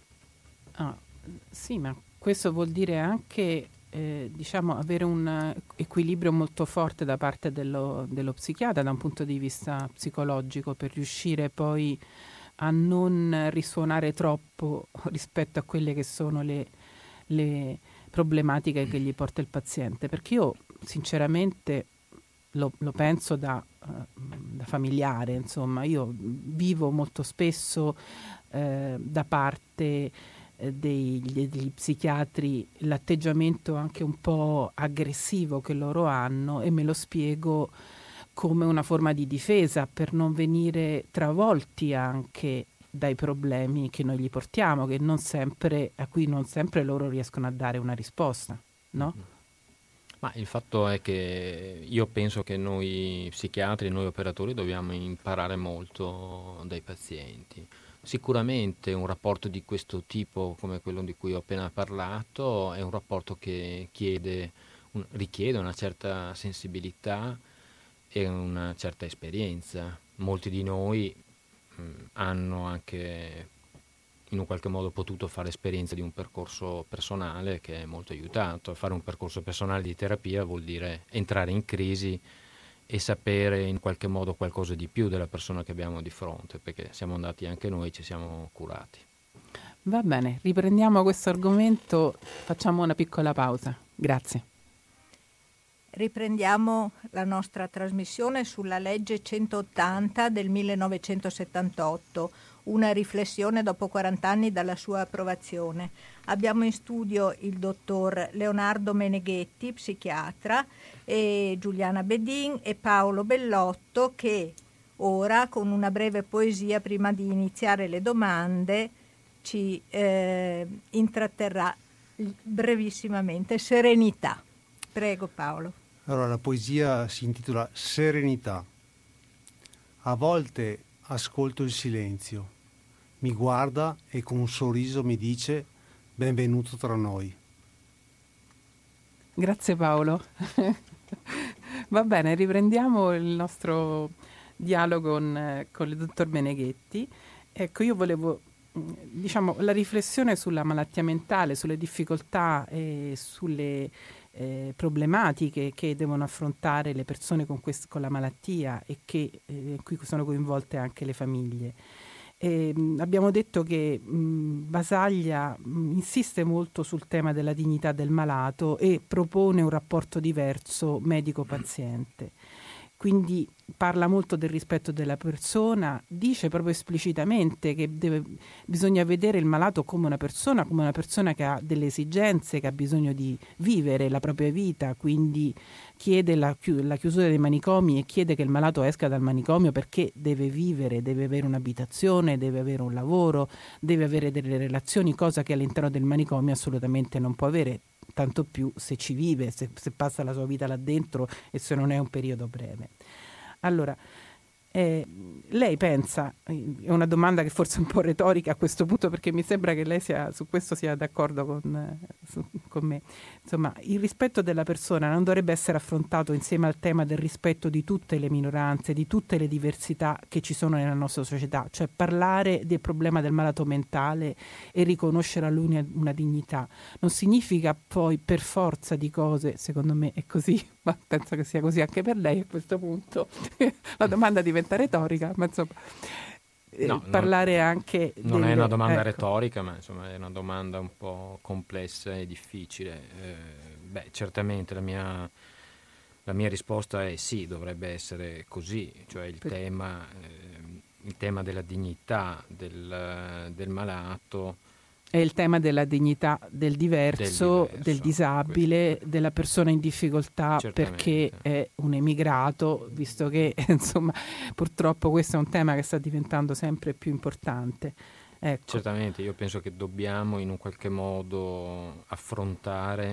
Sì, ma questo vuol dire anche diciamo avere un equilibrio molto forte da parte dello psichiatra da un punto di vista psicologico, per riuscire poi a non risuonare troppo rispetto a quelle che sono le problematiche che gli porta il paziente, perché io sinceramente lo penso da familiare, insomma, io vivo molto spesso da parte degli psichiatri l'atteggiamento anche un po' aggressivo che loro hanno, e me lo spiego come una forma di difesa per non venire travolti anche dai problemi che noi gli portiamo, che non sempre, a cui non sempre loro riescono a dare una risposta, no? Ma il fatto è che io penso che noi psichiatri, noi operatori dobbiamo imparare molto dai pazienti. Sicuramente un rapporto di questo tipo, come quello di cui ho appena parlato, è un rapporto che richiede una certa sensibilità e una certa esperienza. Molti di noi hanno anche in un qualche modo potuto fare esperienza di un percorso personale che è molto aiutato. Fare un percorso personale di terapia vuol dire entrare in crisi e sapere in qualche modo qualcosa di più della persona che abbiamo di fronte, perché siamo andati anche noi, ci siamo curati. Va bene, riprendiamo questo argomento, facciamo una piccola pausa. Grazie. Riprendiamo la nostra trasmissione sulla legge 180 del 1978, una riflessione dopo 40 anni dalla sua approvazione. Abbiamo in studio il dottor Leonardo Meneghetti, psichiatra, e Giuliana Bedin e Paolo Bellotto, che ora, con una breve poesia prima di iniziare le domande, ci intratterrà brevissimamente. Serenità. Prego Paolo. Allora, la poesia si intitola Serenità. A volte ascolto il silenzio, mi guarda e con un sorriso mi dice benvenuto tra noi. Grazie Paolo. Va bene, riprendiamo il nostro dialogo con il dottor Meneghetti. Ecco, io volevo, diciamo, la riflessione sulla malattia mentale, sulle difficoltà e sulle problematiche che devono affrontare le persone con la malattia e in cui sono coinvolte anche le famiglie. Abbiamo detto che Basaglia insiste molto sul tema della dignità del malato e propone un rapporto diverso medico-paziente. Quindi parla molto del rispetto della persona, dice proprio esplicitamente che bisogna vedere il malato come una persona che ha delle esigenze, che ha bisogno di vivere la propria vita, quindi chiede la chiusura dei manicomi e chiede che il malato esca dal manicomio perché deve vivere, deve avere un'abitazione, deve avere un lavoro, deve avere delle relazioni, cosa che all'interno del manicomio assolutamente non può avere, tanto più se ci vive, se passa la sua vita là dentro e se non è un periodo breve. Allora, lei pensa, è una domanda che forse è un po' retorica a questo punto, perché mi sembra che lei su questo sia d'accordo con me. Insomma, il rispetto della persona non dovrebbe essere affrontato insieme al tema del rispetto di tutte le minoranze, di tutte le diversità che ci sono nella nostra società, cioè parlare del problema del malato mentale e riconoscere a lui una dignità. Non significa poi per forza di cose, secondo me è così, ma penso che sia così anche per lei a questo punto. La domanda diventa retorica, ma insomma parlare anche non è una domanda retorica, ma insomma è una domanda un po' complessa e difficile. Certamente la mia risposta è sì, dovrebbe essere così, cioè il tema della dignità del malato. È il tema della dignità del diverso, del disabile, questo, della persona in difficoltà, certamente, perché è un emigrato, visto che insomma purtroppo questo è un tema che sta diventando sempre più importante. Ecco. Certamente, io penso che dobbiamo in un qualche modo affrontare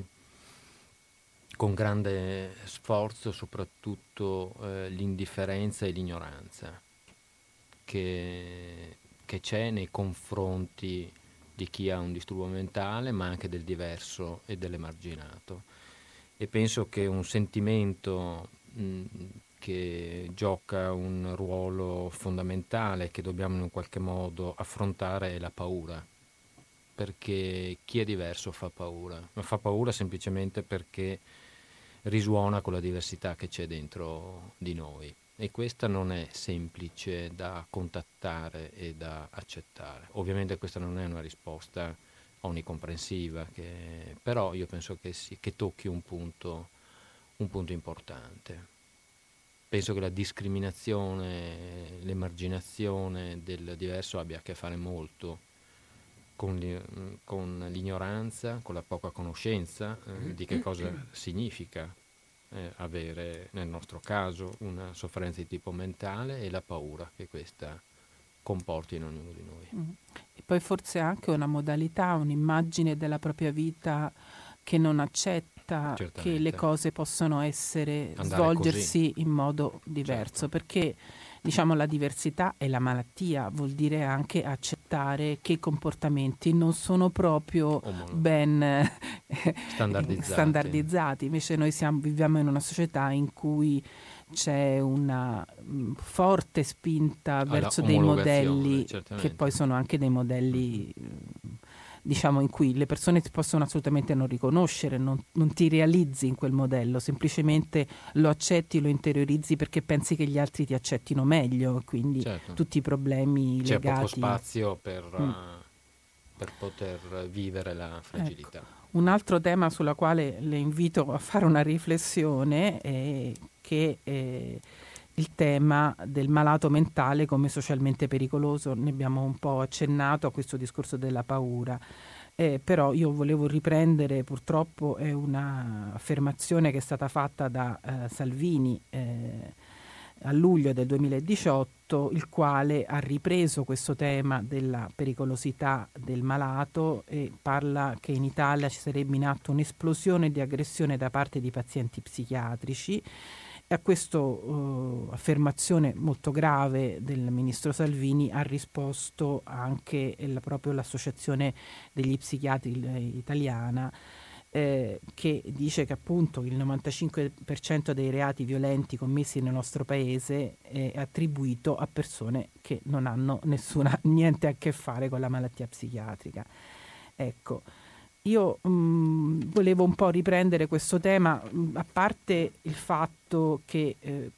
con grande sforzo soprattutto l'indifferenza e l'ignoranza. che c'è nei confronti di chi ha un disturbo mentale, ma anche del diverso e dell'emarginato. E penso che un sentimento che gioca un ruolo fondamentale, che dobbiamo in un qualche modo affrontare, è la paura. Perché chi è diverso fa paura, ma fa paura semplicemente perché risuona con la diversità che c'è dentro di noi, e questa non è semplice da contattare e da accettare. Ovviamente questa non è una risposta onnicomprensiva, però io penso che tocchi un punto importante. Penso che la discriminazione, l'emarginazione del diverso abbia a che fare molto con l'ignoranza, con la poca conoscenza di che cosa significa avere, nel nostro caso, una sofferenza di tipo mentale, e la paura che questa comporti in ognuno di noi. E poi forse anche una modalità, un'immagine della propria vita che non accetta Certamente. che le cose possono svolgersi in modo diverso, certo. Perché diciamo la diversità è la malattia, vuol dire anche accettare che i comportamenti non sono proprio ben standardizzati. Invece noi viviamo in una società in cui c'è una forte spinta verso dei modelli, certamente, che poi sono anche dei modelli diciamo in cui le persone ti possono assolutamente non riconoscere, non ti realizzi in quel modello, semplicemente lo accetti, lo interiorizzi perché pensi che gli altri ti accettino meglio, quindi certo, tutti i problemi legati. C'è poco spazio per poter vivere la fragilità. Ecco. Un altro tema sulla quale le invito a fare una riflessione è che il tema del malato mentale come socialmente pericoloso. Ne abbiamo un po' accennato a questo discorso della paura, però io volevo riprendere, purtroppo è un'affermazione che è stata fatta da Salvini a luglio del 2018, il quale ha ripreso questo tema della pericolosità del malato e parla che in Italia ci sarebbe in atto un'esplosione di aggressione da parte di pazienti psichiatrici. E a questa affermazione molto grave del ministro Salvini ha risposto anche proprio l'Associazione degli Psichiatri italiana, che dice che appunto il 95% dei reati violenti commessi nel nostro paese è attribuito a persone che non hanno niente a che fare con la malattia psichiatrica. Ecco. Io volevo un po' riprendere questo tema, a parte il fatto che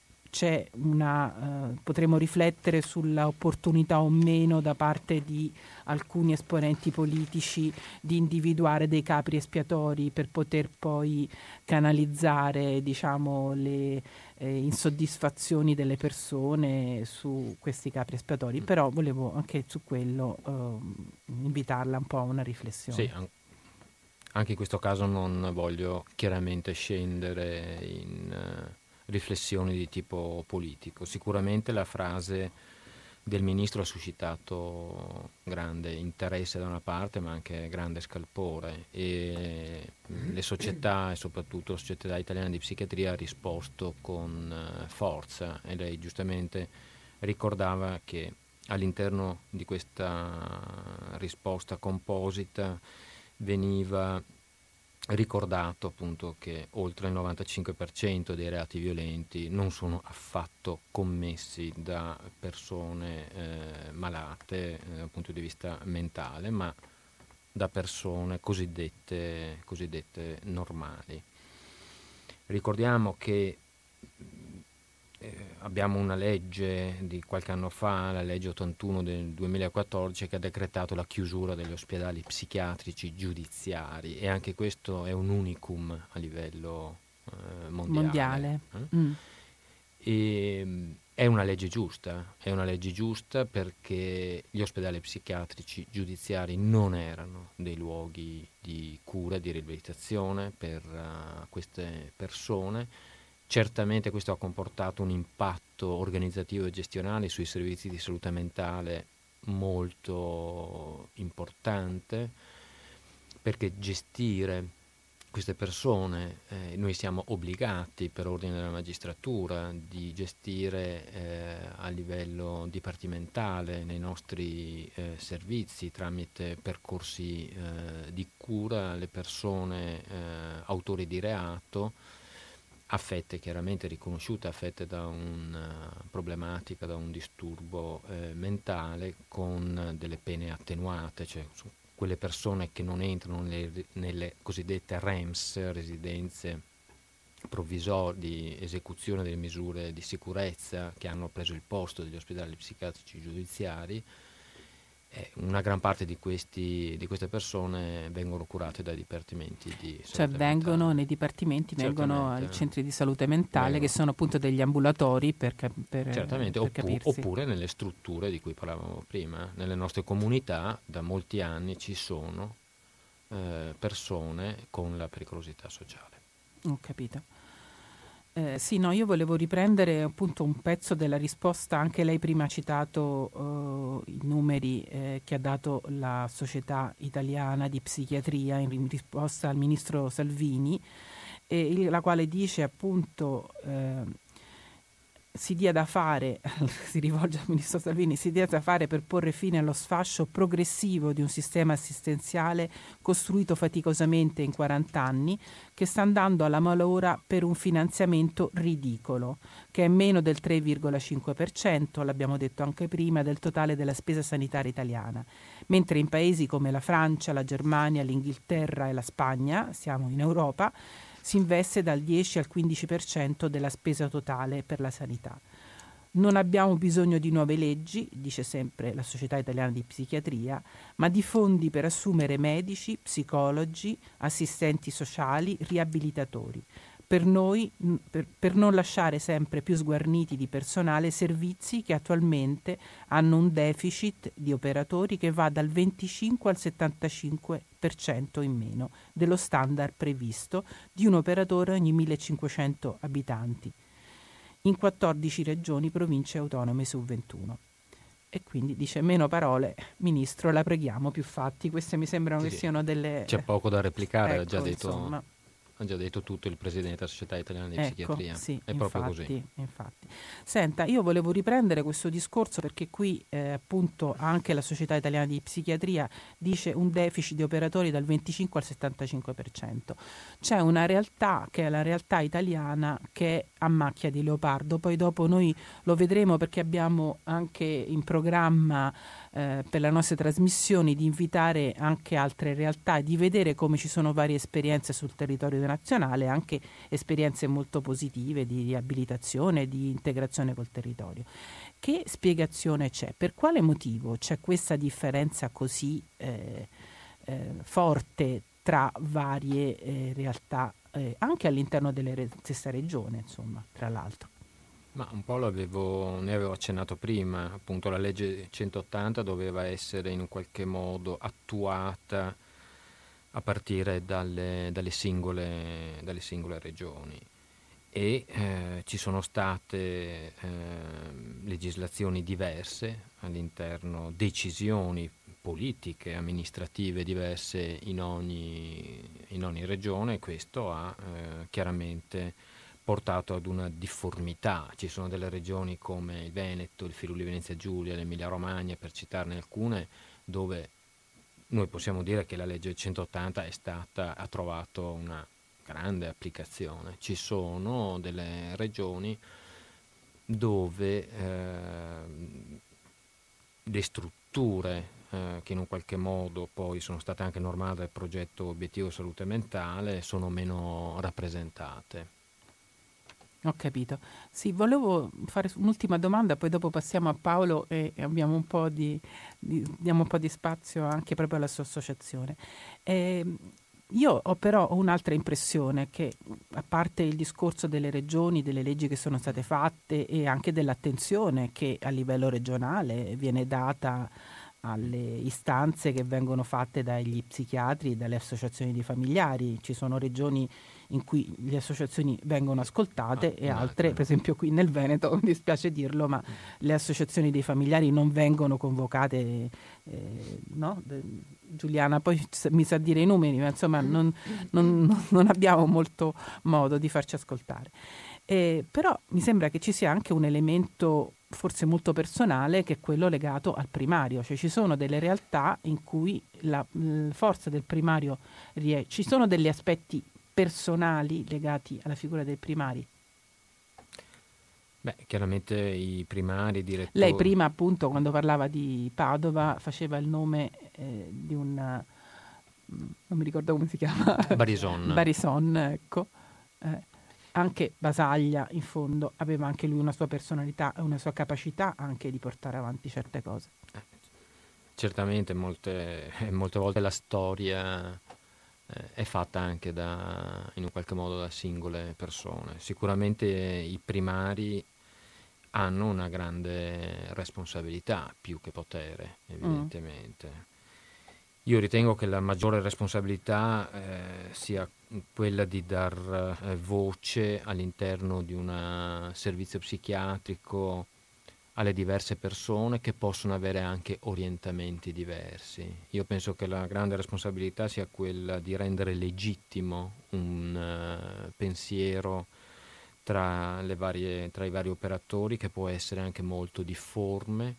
potremmo riflettere sulla opportunità o meno da parte di alcuni esponenti politici di individuare dei capri espiatori per poter poi canalizzare, diciamo, le insoddisfazioni delle persone su questi capri espiatori, però volevo anche su quello invitarla un po' a una riflessione. Sì, anche in questo caso non voglio chiaramente scendere in riflessioni di tipo politico. Sicuramente la frase del ministro ha suscitato grande interesse da una parte, ma anche grande scalpore, e le società, e soprattutto la Società Italiana di Psichiatria, ha risposto con forza, e lei giustamente ricordava che all'interno di questa risposta composita veniva ricordato appunto che oltre il 95% dei reati violenti non sono affatto commessi da persone malate dal punto di vista mentale, ma da persone cosiddette normali. Ricordiamo che abbiamo una legge di qualche anno fa, la legge 81 del 2014, che ha decretato la chiusura degli ospedali psichiatrici giudiziari, e anche questo è un unicum a livello mondiale. E è una legge giusta perché gli ospedali psichiatrici giudiziari non erano dei luoghi di cura, di riabilitazione per queste persone. Certamente questo ha comportato un impatto organizzativo e gestionale sui servizi di salute mentale molto importante, perché gestire queste persone, noi siamo obbligati per ordine della magistratura di gestire a livello dipartimentale nei nostri servizi tramite percorsi di cura le persone autori di reato affette, chiaramente riconosciute, affette da una problematica, da un disturbo mentale con delle pene attenuate, cioè quelle persone che non entrano nelle cosiddette REMS, residenze provvisorie di esecuzione delle misure di sicurezza, che hanno preso il posto degli ospedali psichiatrici giudiziari. Una gran parte di queste persone vengono curate dai dipartimenti di salute mentale. Vengono nei dipartimenti, vengono ai centri di salute mentale, che sono appunto degli ambulatori per certamente, per capirsi. Oppure nelle strutture di cui parlavamo prima. Nelle nostre comunità da molti anni ci sono persone con la pericolosità sociale. Ho capito. Io volevo riprendere appunto un pezzo della risposta. Anche lei prima ha citato i numeri che ha dato la Società Italiana di Psichiatria in risposta al ministro Salvini, la quale dice appunto si dia da fare, si rivolge al ministro Salvini, si dia da fare per porre fine allo sfascio progressivo di un sistema assistenziale costruito faticosamente in 40 anni, che sta andando alla malora per un finanziamento ridicolo, che è meno del 3,5%, l'abbiamo detto anche prima, del totale della spesa sanitaria italiana, mentre in paesi come la Francia, la Germania, l'Inghilterra e la Spagna, siamo in Europa, si investe dal 10 al 15% della spesa totale per la sanità. Non abbiamo bisogno di nuove leggi, dice sempre la Società Italiana di Psichiatria, ma di fondi per assumere medici, psicologi, assistenti sociali, riabilitatori, per non lasciare sempre più sguarniti di personale servizi che attualmente hanno un deficit di operatori che va dal 25 al 75% in meno dello standard previsto di un operatore ogni 1500 abitanti, in 14 regioni, province autonome su 21. E quindi dice: meno parole, Ministro, la preghiamo, più fatti. Queste mi sembrano che siano delle... C'è poco da replicare, ecco, ha già detto... insomma. Ha già detto tutto il presidente della Società Italiana di Psichiatria. Sì, è proprio così. Infatti. Senta, io volevo riprendere questo discorso perché qui appunto anche la Società Italiana di Psichiatria dice un deficit di operatori dal 25 al 75%. C'è una realtà che è la realtà italiana che è a macchia di leopardo, poi dopo noi lo vedremo perché abbiamo anche in programma per le nostre trasmissioni di invitare anche altre realtà e di vedere come ci sono varie esperienze sul territorio nazionale, anche esperienze molto positive di riabilitazione, di integrazione col territorio. Che spiegazione c'è? Per quale motivo c'è questa differenza così forte tra varie realtà, anche all'interno delle stessa regione, insomma, tra l'altro? Ma un po' ne avevo accennato prima, appunto la legge 180 doveva essere in un qualche modo attuata a partire dalle singole regioni e ci sono state legislazioni diverse all'interno, decisioni politiche, amministrative diverse in ogni regione, e questo ha chiaramente portato ad una difformità. Ci sono delle regioni come il Veneto, il Friuli Venezia Giulia, l'Emilia Romagna, per citarne alcune, dove noi possiamo dire che la legge 180 ha trovato una grande applicazione. Ci sono delle regioni dove le strutture che in un qualche modo poi sono state anche normate dal progetto Obiettivo Salute Mentale sono meno rappresentate. Ho capito. Sì, volevo fare un'ultima domanda, poi dopo passiamo a Paolo e abbiamo diamo un po' di spazio anche proprio alla sua associazione. Io ho però un'altra impressione, che a parte il discorso delle regioni, delle leggi che sono state fatte e anche dell'attenzione che a livello regionale viene data alle istanze che vengono fatte dagli psichiatri e dalle associazioni di familiari. Ci sono regioni in cui le associazioni vengono ascoltate e altre, per esempio qui nel Veneto, mi dispiace dirlo, ma le associazioni dei familiari non vengono convocate, no? Giuliana poi mi sa dire i numeri, ma insomma non abbiamo molto modo di farci ascoltare. Però mi sembra che ci sia anche un elemento forse molto personale, che è quello legato al primario, cioè ci sono delle realtà in cui la forza del primario ci sono degli aspetti personali legati alla figura dei primari. Beh, chiaramente i primari, direttori... Lei prima, appunto, quando parlava di Padova, faceva il nome di un... non mi ricordo come si chiama. Barison. Barison, ecco. Anche Basaglia, in fondo, aveva anche lui una sua personalità e una sua capacità anche di portare avanti certe cose. Certamente, molte volte la storia è fatta anche in un qualche modo da singole persone. Sicuramente i primari hanno una grande responsabilità più che potere, evidentemente. Io ritengo che la maggiore responsabilità sia quella di dar voce all'interno di un servizio psichiatrico alle diverse persone che possono avere anche orientamenti diversi. Io penso che la grande responsabilità sia quella di rendere legittimo un pensiero tra i vari operatori, che può essere anche molto difforme,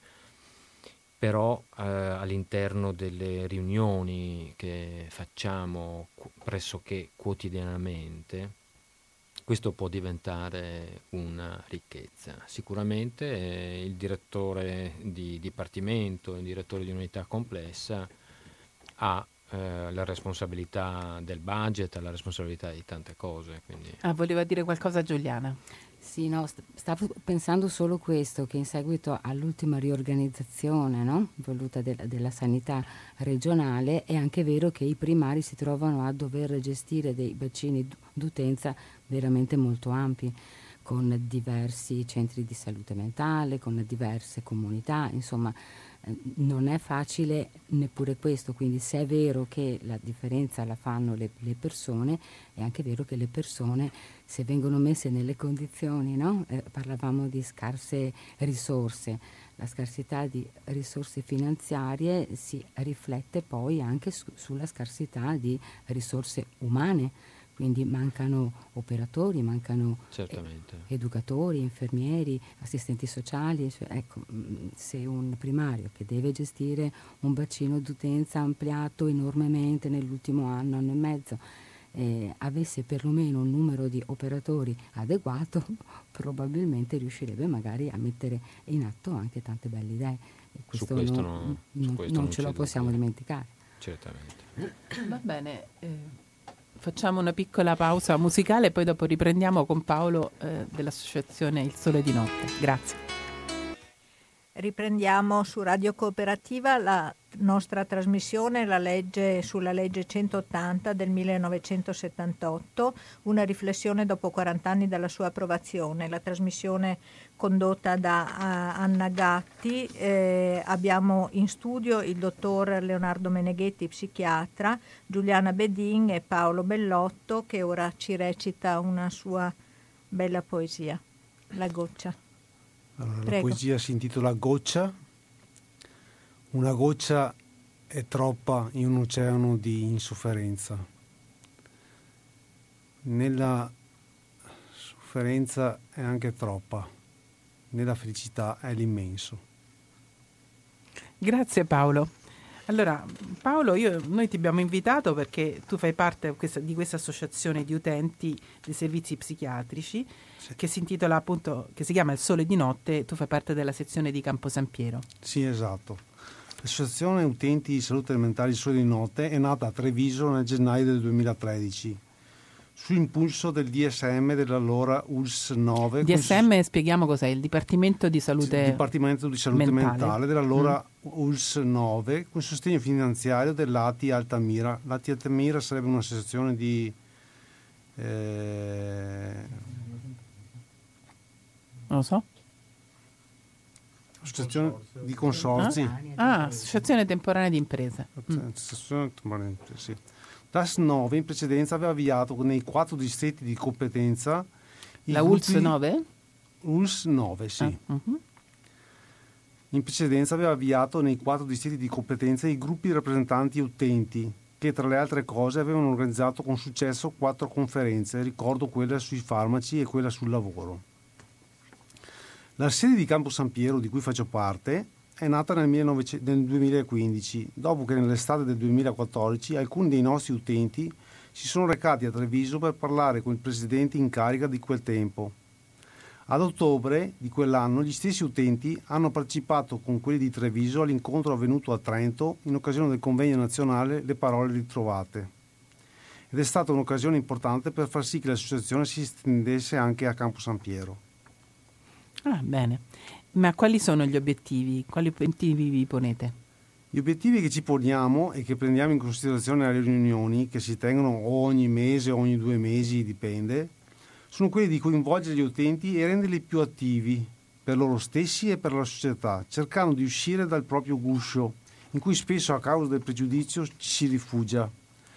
però all'interno delle riunioni che facciamo pressoché quotidianamente, questo può diventare una ricchezza. Sicuramente il direttore di dipartimento, il direttore di unità complessa ha la responsabilità del budget, ha la responsabilità di tante cose. Quindi... voleva dire qualcosa Giuliana? Sì, no, stavo pensando solo questo, che in seguito all'ultima riorganizzazione, no, voluta della sanità regionale, è anche vero che i primari si trovano a dover gestire dei bacini d'utenza veramente molto ampi, con diversi centri di salute mentale, con diverse comunità, insomma non è facile neppure questo. Quindi se è vero che la differenza la fanno le persone, è anche vero che le persone, se vengono messe nelle condizioni, no? Parlavamo di scarse risorse, la scarsità di risorse finanziarie si riflette poi anche sulla scarsità di risorse umane. Quindi mancano operatori, mancano educatori, infermieri, assistenti sociali. Cioè, ecco, se un primario che deve gestire un bacino d'utenza ampliato enormemente nell'ultimo anno e mezzo, avesse perlomeno un numero di operatori adeguato, probabilmente riuscirebbe magari a mettere in atto anche tante belle idee. Questo non ce lo possiamo dimenticare. Certamente. Va bene. Facciamo una piccola pausa musicale e poi dopo riprendiamo con Paolo dell'associazione Il Sole di Notte. Grazie. Riprendiamo su Radio Cooperativa la nostra trasmissione sulla legge 180 del 1978, una riflessione dopo 40 anni dalla sua approvazione. La trasmissione condotta da Anna Gatti, abbiamo in studio il dottor Leonardo Meneghetti, psichiatra, Giuliana Bedin e Paolo Bellotto, che ora ci recita una sua bella poesia, La goccia. Allora, la poesia si intitola Goccia. Una goccia è troppa in un oceano di insofferenza. Nella sofferenza è anche troppa, nella felicità è l'immenso. Grazie Paolo. Allora Paolo, noi ti abbiamo invitato perché tu fai parte di questa associazione di utenti dei servizi psichiatrici, sì, che si intitola appunto, che si chiama Il Sole di Notte. Tu fai parte della sezione di Campo San Piero. Sì, esatto. L'associazione utenti di salute mentale Il Sole di Notte è nata a Treviso nel gennaio del 2013 su impulso del DSM dell'allora ULS 9. DSM, spieghiamo cos'è, il Dipartimento di Salute Mentale dell'allora ULS 9, con sostegno finanziario dell'ATI Altamira. L'ATI Altamira sarebbe un'associazione di non lo so. Associazione di consorzi. Associazione temporanea di imprese. Associazione temporanea di imprese, sì. DAS 9 in precedenza aveva avviato nei 4 distretti di competenza la ULS 9? ULS 9, sì. In precedenza aveva avviato nei 4 distretti di competenza i gruppi rappresentanti utenti che tra le altre cose avevano organizzato con successo 4 conferenze, ricordo quella sui farmaci e quella sul lavoro. La sede di Campo San Piero, di cui faccio parte, è nata nel 2015, dopo che nell'estate del 2014 alcuni dei nostri utenti si sono recati a Treviso per parlare con il presidente in carica di quel tempo. Ad ottobre di quell'anno gli stessi utenti hanno partecipato con quelli di Treviso all'incontro avvenuto a Trento in occasione del convegno nazionale Le Parole Ritrovate. Ed è stata un'occasione importante per far sì che l'associazione si estendesse anche a Campo San Piero. Bene. Ma quali sono gli obiettivi? Quali obiettivi vi ponete? Gli obiettivi che ci poniamo e che prendiamo in considerazione alle riunioni, che si tengono ogni mese o ogni 2 mesi, dipende, sono quelli di coinvolgere gli utenti e renderli più attivi per loro stessi e per la società, cercando di uscire dal proprio guscio, in cui spesso a causa del pregiudizio ci si rifugia.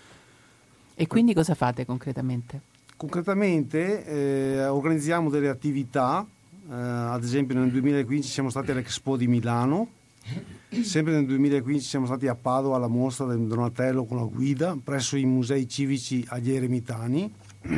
E quindi cosa fate concretamente? Concretamente organizziamo delle attività, ad esempio nel 2015 siamo stati all'Expo di Milano, sempre nel 2015 siamo stati a Padova alla mostra del Donatello con la guida presso i musei civici agli Eremitani.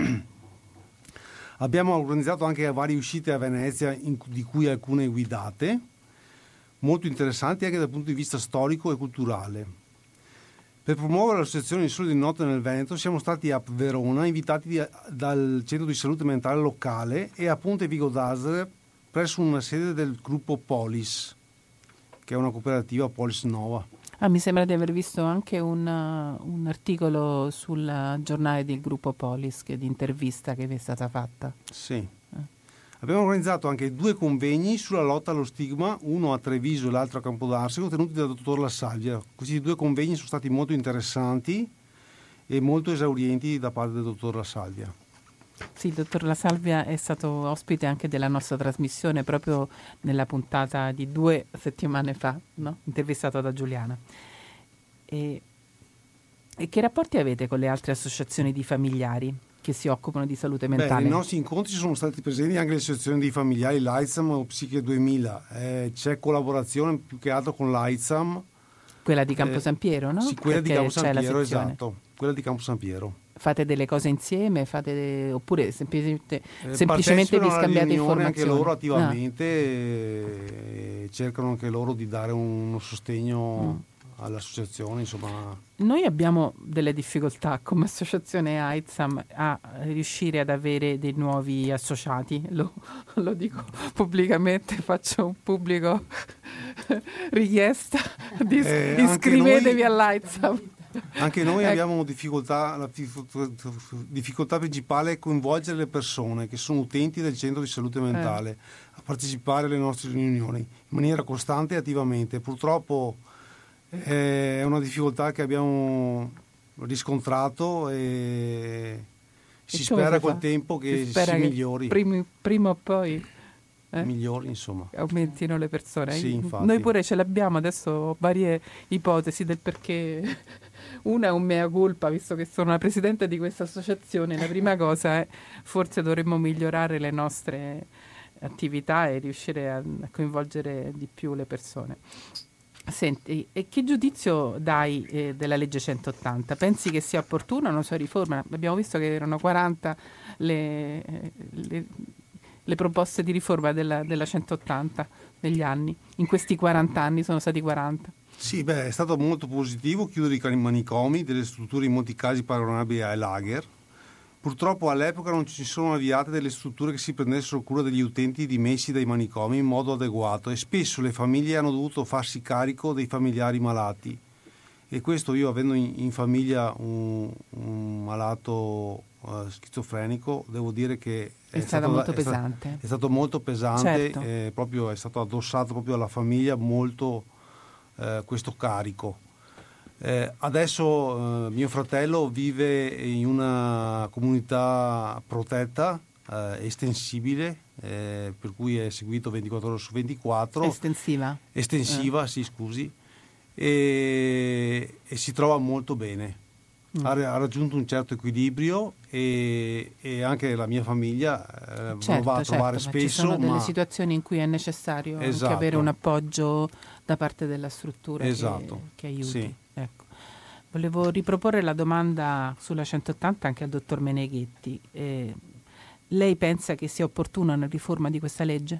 Abbiamo organizzato anche varie uscite a Venezia, di cui alcune guidate, molto interessanti anche dal punto di vista storico e culturale. Per promuovere l'associazione Il Sole di Notte nel Veneto siamo stati a Verona, invitati dal centro di salute mentale locale, e a Ponte Vigo d'Astre presso una sede del gruppo Polis, che è una cooperativa Polis Nova. Mi sembra di aver visto anche un articolo sul giornale del gruppo Polis, di intervista che vi è stata fatta. Sì. Abbiamo organizzato anche 2 convegni sulla lotta allo stigma, uno a Treviso e l'altro a Campodarsego, tenuti dal dottor La Salvia. Questi 2 convegni sono stati molto interessanti e molto esaurienti da parte del dottor La Salvia. Sì, il dottor La Salvia è stato ospite anche della nostra trasmissione proprio nella puntata di 2 settimane fa, no? Intervistato da Giuliana. E che rapporti avete con le altre associazioni di familiari che si occupano di salute mentale? Nei nostri incontri sono stati presenti anche le associazioni di familiari, l'AIDSAM o Psiche 2000. C'è collaborazione più che altro con l'AIDSAM. Quella di Campo San Piero, no? Sì, quella di Campo San Piero, esatto. Quella di Campo San Piero. Fate delle cose insieme? Oppure semplicemente vi scambiate informazioni? Anche loro attivamente cercano anche loro di dare uno sostegno all'associazione, insomma. Noi abbiamo delle difficoltà come associazione AIDSAM a riuscire ad avere dei nuovi associati, lo dico pubblicamente, faccio un pubblico richiesta di iscrivetevi all'AIDSAM. Anche noi abbiamo difficoltà, la difficoltà principale è coinvolgere le persone che sono utenti del centro di salute mentale a partecipare alle nostre riunioni in maniera costante e attivamente. Purtroppo è una difficoltà che abbiamo riscontrato e si spera col tempo che si migliori. Prima o poi migliori, insomma, aumentino le persone. Sì, infatti. Noi pure ce l'abbiamo, adesso ho varie ipotesi del perché. Una è un mea culpa, visto che sono la presidente di questa associazione. La prima cosa è forse dovremmo migliorare le nostre attività e riuscire a coinvolgere di più le persone. Senti, e che giudizio dai della legge 180? Pensi che sia opportuna una sua riforma? Abbiamo visto che erano 40 le proposte di riforma della 180 negli anni. In questi 40 anni sono stati 40. Sì, è stato molto positivo chiudere i manicomi, delle strutture in molti casi paragonabili ai lager. Purtroppo all'epoca non ci sono avviate delle strutture che si prendessero cura degli utenti dimessi dai manicomi in modo adeguato e spesso le famiglie hanno dovuto farsi carico dei familiari malati. E questo, io avendo in famiglia un malato schizofrenico, devo dire che è stato molto pesante. È stato molto pesante, certo. Proprio è stato addossato proprio alla famiglia molto questo carico. Adesso mio fratello vive in una comunità protetta, estensibile, per cui è seguito 24 ore su 24. Estensiva? Estensiva, sì, scusi, e si trova molto bene. Ha raggiunto un certo equilibrio e anche la mia famiglia lo va a trovare spesso. Ci sono delle situazioni in cui è necessario anche avere un appoggio da parte della struttura che aiuti. Sì. Ecco. Volevo riproporre la domanda sulla 180 anche al dottor Meneghetti. Lei pensa che sia opportuna una riforma di questa legge?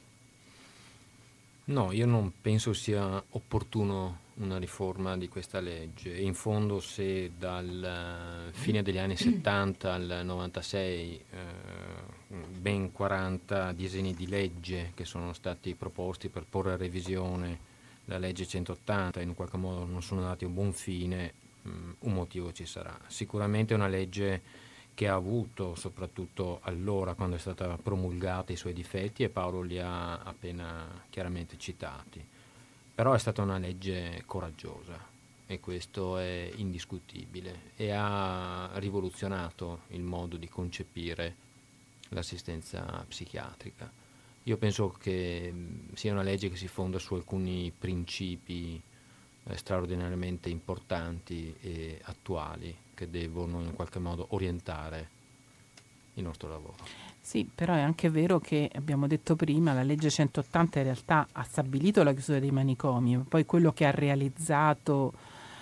No, io non penso sia opportuno una riforma di questa legge. In fondo, se dal fine degli anni 70 al 96 ben 40 disegni di legge che sono stati proposti per porre a revisione la legge 180 in qualche modo non sono andati a buon fine, un motivo ci sarà. Sicuramente è una legge che ha avuto, soprattutto allora quando è stata promulgata, i suoi difetti, e Paolo li ha appena chiaramente citati. Però è stata una legge coraggiosa e questo è indiscutibile e ha rivoluzionato il modo di concepire l'assistenza psichiatrica. Io penso che sia una legge che si fonda su alcuni principi straordinariamente importanti e attuali che devono in qualche modo orientare il nostro lavoro. Sì, però è anche vero che, abbiamo detto prima, la legge 180 in realtà ha stabilito la chiusura dei manicomi, ma poi quello che ha realizzato,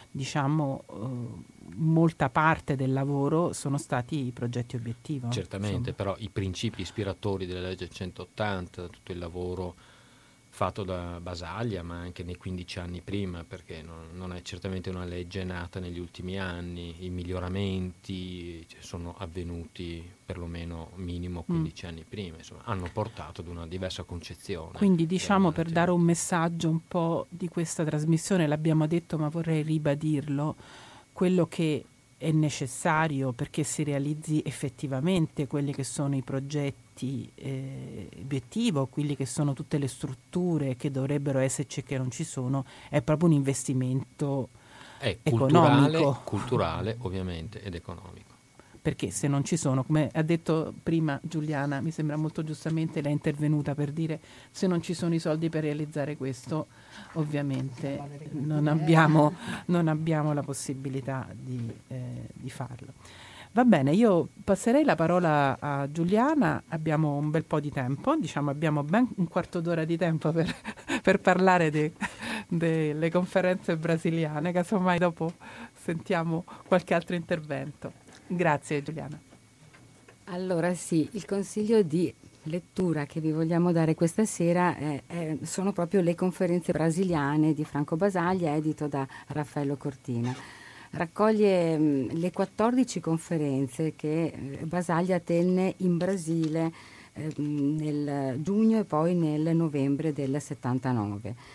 molta parte del lavoro sono stati i progetti obiettivo. Certamente, però i principi ispiratori della legge 180, tutto il lavoro fatto da Basaglia, ma anche nei 15 anni prima, perché non è certamente una legge nata negli ultimi anni, i miglioramenti sono avvenuti perlomeno minimo 15 anni prima, insomma, hanno portato ad una diversa concezione. Quindi per dare un messaggio un po' di questa trasmissione, l'abbiamo detto ma vorrei ribadirlo, quello che è necessario perché si realizzi effettivamente quelli che sono i progetti obiettivo, quelli che sono tutte le strutture che dovrebbero esserci e che non ci sono, è proprio un investimento economico. Culturale ovviamente ed economico. Perché se non ci sono, come ha detto prima Giuliana, mi sembra molto giustamente, lei è intervenuta per dire se non ci sono i soldi per realizzare questo, ovviamente non abbiamo la possibilità di farlo. Va bene, io passerei la parola a Giuliana, abbiamo un bel po' di tempo, abbiamo ben un quarto d'ora di tempo per parlare delle conferenze brasiliane, casomai dopo sentiamo qualche altro intervento. Grazie Giuliana. Allora sì, il consiglio di lettura che vi vogliamo dare questa sera sono proprio le conferenze brasiliane di Franco Basaglia, edito da Raffaello Cortina. Raccoglie le 14 conferenze che Basaglia tenne in Brasile nel giugno e poi nel novembre del 79.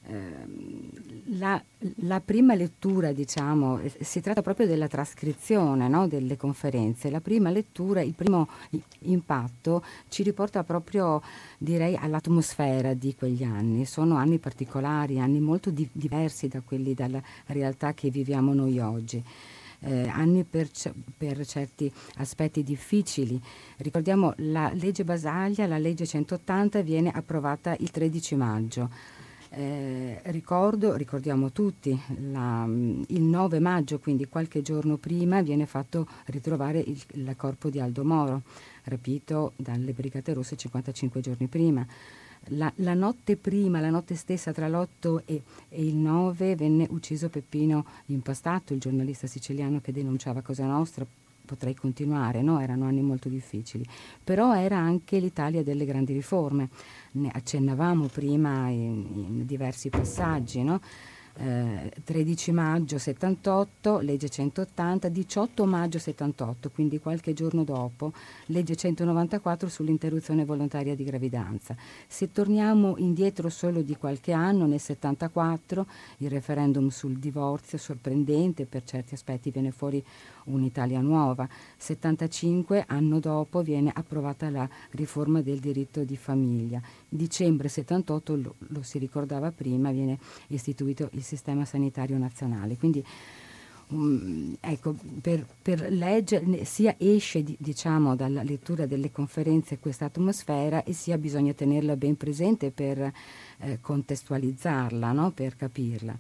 La prima lettura, si tratta proprio della trascrizione, no, delle conferenze. La prima lettura, il primo impatto ci riporta proprio, direi, all'atmosfera di quegli anni. Sono anni particolari, anni molto diversi da quelli dalla realtà che viviamo noi oggi. Anni per certi aspetti difficili. Ricordiamo la legge Basaglia, la legge 180 viene approvata il 13 maggio. Ricordiamo tutti, il 9 maggio, quindi qualche giorno prima, viene fatto ritrovare il corpo di Aldo Moro, rapito dalle Brigate Rosse 55 giorni prima. La notte prima, la notte stessa, tra l'8 e il 9, venne ucciso Peppino Impastato, il giornalista siciliano che denunciava Cosa Nostra. Potrei continuare, no? Erano anni molto difficili, però era anche l'Italia delle grandi riforme, ne accennavamo prima in diversi passaggi, no? 13 maggio 78, legge 180, 18 maggio 78, quindi qualche giorno dopo, legge 194 sull'interruzione volontaria di gravidanza. Se torniamo indietro solo di qualche anno, nel 74, il referendum sul divorzio, sorprendente, per certi aspetti viene fuori un'Italia nuova. 75, anno dopo, viene approvata la riforma del diritto di famiglia. Dicembre 78, lo si ricordava prima, viene istituito il sistema sanitario nazionale. Quindi ecco, per leggere, sia esce diciamo dalla lettura delle conferenze questa atmosfera, e sia bisogna tenerla ben presente per contestualizzarla, no? Per capirla.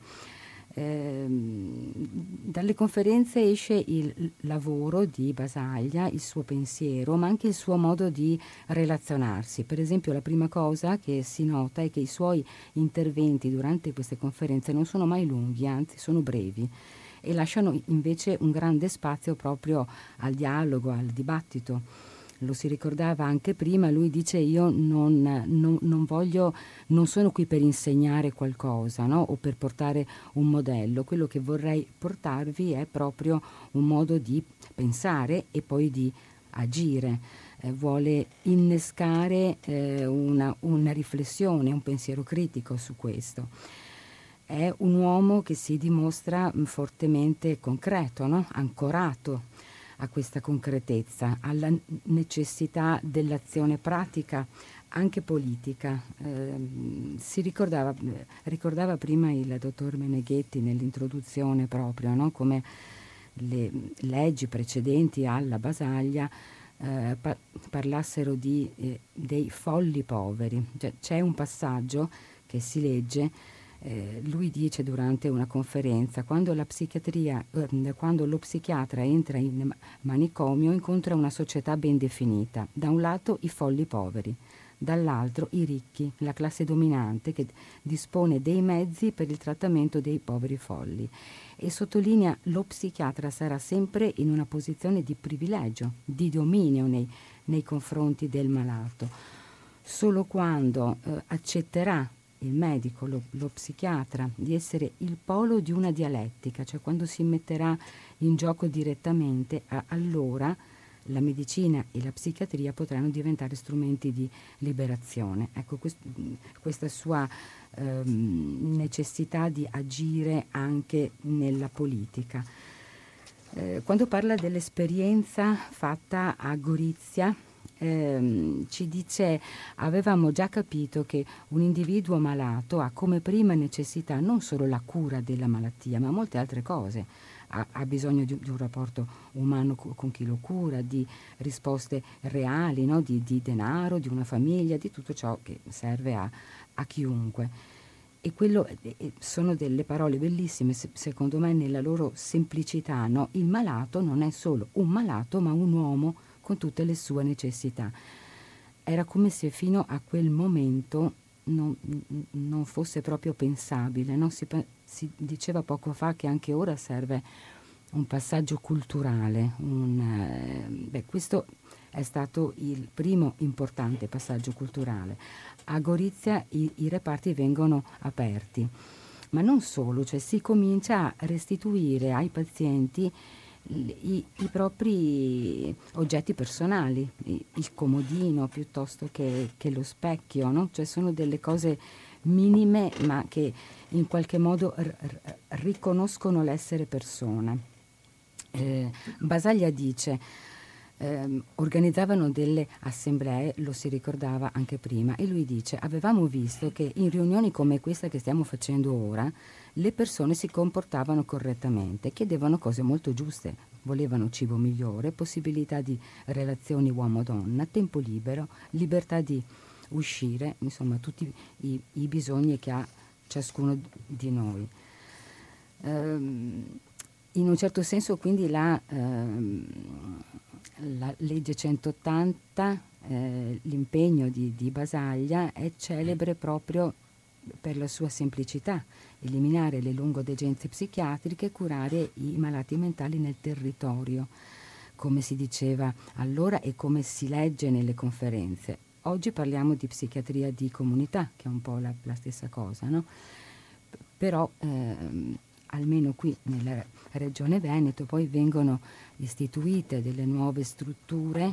Dalle conferenze esce il lavoro di Basaglia, il suo pensiero, ma anche il suo modo di relazionarsi. Per esempio, la prima cosa che si nota è che i suoi interventi durante queste conferenze non sono mai lunghi, anzi sono brevi, e lasciano invece un grande spazio proprio al dialogo, al dibattito. Lo si ricordava anche prima, lui dice: io non voglio, non sono qui per insegnare qualcosa, no? O per portare un modello. Quello che vorrei portarvi è proprio un modo di pensare e poi di agire. Vuole innescare una riflessione, un pensiero critico su questo. È un uomo che si dimostra fortemente concreto, no? Ancorato a questa concretezza, alla necessità dell'azione pratica, anche politica. Si ricordava prima il dottor Meneghetti nell'introduzione proprio, no? Come le leggi precedenti alla Basaglia parlassero dei folli poveri. Cioè, c'è un passaggio che si legge. Lui dice durante una conferenza: quando lo psichiatra entra in manicomio incontra una società ben definita, da un lato i folli poveri, dall'altro i ricchi, la classe dominante che dispone dei mezzi per il trattamento dei poveri folli, e sottolinea: lo psichiatra sarà sempre in una posizione di privilegio, di dominio nei confronti del malato. Solo quando accetterà il medico, lo psichiatra, di essere il polo di una dialettica, cioè quando si metterà in gioco direttamente, allora la medicina e la psichiatria potranno diventare strumenti di liberazione. Ecco, questa sua necessità di agire anche nella politica. Quando parla dell'esperienza fatta a Gorizia, ci dice: avevamo già capito che un individuo malato ha come prima necessità non solo la cura della malattia, ma molte altre cose. Ha bisogno di un rapporto umano con chi lo cura, di risposte reali, no? di denaro, di una famiglia, di tutto ciò che serve a chiunque. E quello sono delle parole bellissime, secondo me, nella loro semplicità, no? Il malato non è solo un malato, ma un uomo con tutte le sue necessità. Era come se fino a quel momento non fosse proprio pensabile, no? Si diceva poco fa che anche ora serve un passaggio culturale. Questo è stato il primo importante passaggio culturale. A Gorizia i reparti vengono aperti, ma non solo, cioè si comincia a restituire ai pazienti i propri oggetti personali, il comodino piuttosto che lo specchio, no? Cioè sono delle cose minime ma che in qualche modo riconoscono l'essere persona. Basaglia dice: organizzavano delle assemblee, lo si ricordava anche prima, e lui dice: avevamo visto che in riunioni come questa che stiamo facendo ora le persone si comportavano correttamente, chiedevano cose molto giuste, volevano cibo migliore, possibilità di relazioni uomo-donna, tempo libero, libertà di uscire, insomma tutti i bisogni che ha ciascuno di noi. In un certo senso quindi la legge 180, l'impegno di Basaglia è celebre proprio per la sua semplicità: eliminare le lungodegenze psichiatriche e curare i malati mentali nel territorio, come si diceva allora e come si legge nelle conferenze. Oggi parliamo di psichiatria di comunità, che è un po' la stessa cosa, no? Però almeno qui nella Regione Veneto poi vengono istituite delle nuove strutture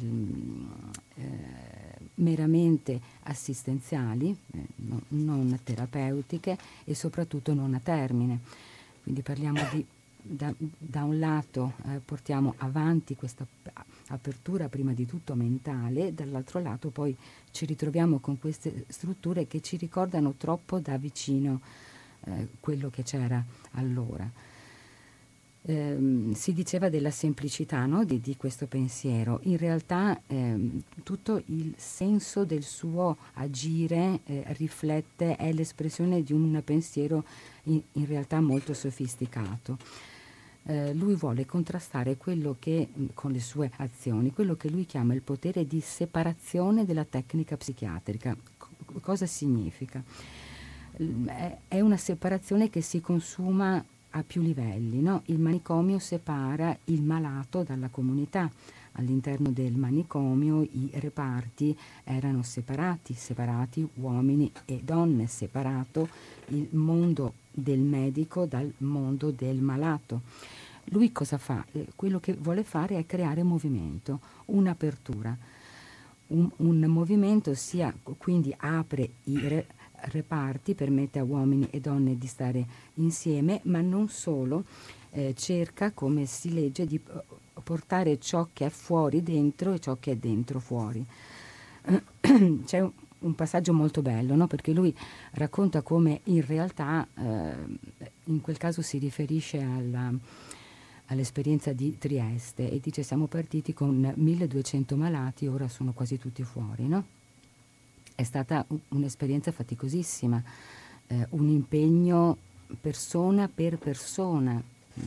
meramente assistenziali, non terapeutiche e soprattutto non a termine. Quindi parliamo da un lato portiamo avanti questa apertura prima di tutto mentale, dall'altro lato poi ci ritroviamo con queste strutture che ci ricordano troppo da vicino quello che c'era allora. Si diceva della semplicità, no? di questo pensiero. In realtà tutto il senso del suo agire riflette, è l'espressione di un pensiero in realtà molto sofisticato. Lui vuole contrastare quello che, con le sue azioni, quello che lui chiama il potere di separazione della tecnica psichiatrica. Cosa significa? È una separazione che si consuma a più livelli, no? Il manicomio separa il malato dalla comunità. All'interno del manicomio i reparti erano separati uomini e donne, separato il mondo del medico dal mondo del malato. Lui cosa fa? Quello che vuole fare è creare movimento, un'apertura. Un movimento quindi apre i reparti, permette a uomini e donne di stare insieme, ma non solo, cerca, come si legge, di portare ciò che è fuori dentro e ciò che è dentro fuori. C'è un passaggio molto bello, no? Perché lui racconta come in realtà in quel caso si riferisce all'esperienza di Trieste e dice: siamo partiti con 1200 malati, ora sono quasi tutti fuori, no? È stata un'esperienza faticosissima, un impegno persona per persona.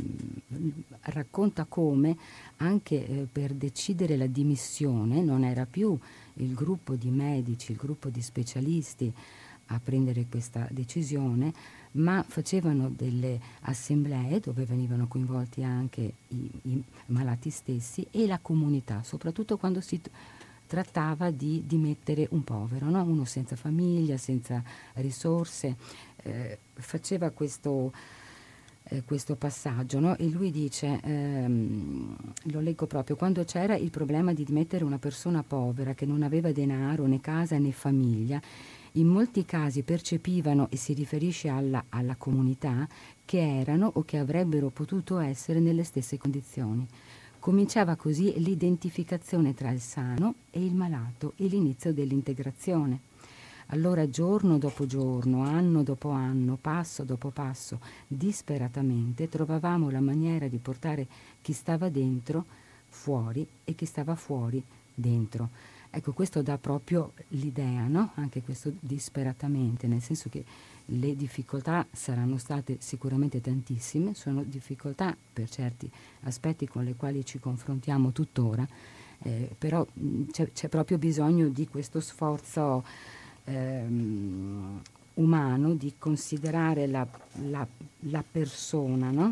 Racconta come anche per decidere la dimissione non era più il gruppo di medici, il gruppo di specialisti a prendere questa decisione, ma facevano delle assemblee dove venivano coinvolti anche i malati stessi e la comunità, soprattutto quando si trattava di dimettere un povero, no? Uno senza famiglia, senza risorse. Faceva questo passaggio, no? E lui dice, lo leggo proprio: quando c'era il problema di dimettere una persona povera che non aveva denaro né casa né famiglia, in molti casi percepivano, e si riferisce alla comunità, che erano o che avrebbero potuto essere nelle stesse condizioni. Cominciava così l'identificazione tra il sano e il malato e l'inizio dell'integrazione. Allora giorno dopo giorno, anno dopo anno, passo dopo passo, disperatamente trovavamo la maniera di portare chi stava dentro fuori e chi stava fuori dentro. Ecco, questo dà proprio l'idea, no? Anche questo disperatamente, nel senso che le difficoltà saranno state sicuramente tantissime, sono difficoltà per certi aspetti con le quali ci confrontiamo tuttora, però c'è proprio bisogno di questo sforzo umano, di considerare la persona, no?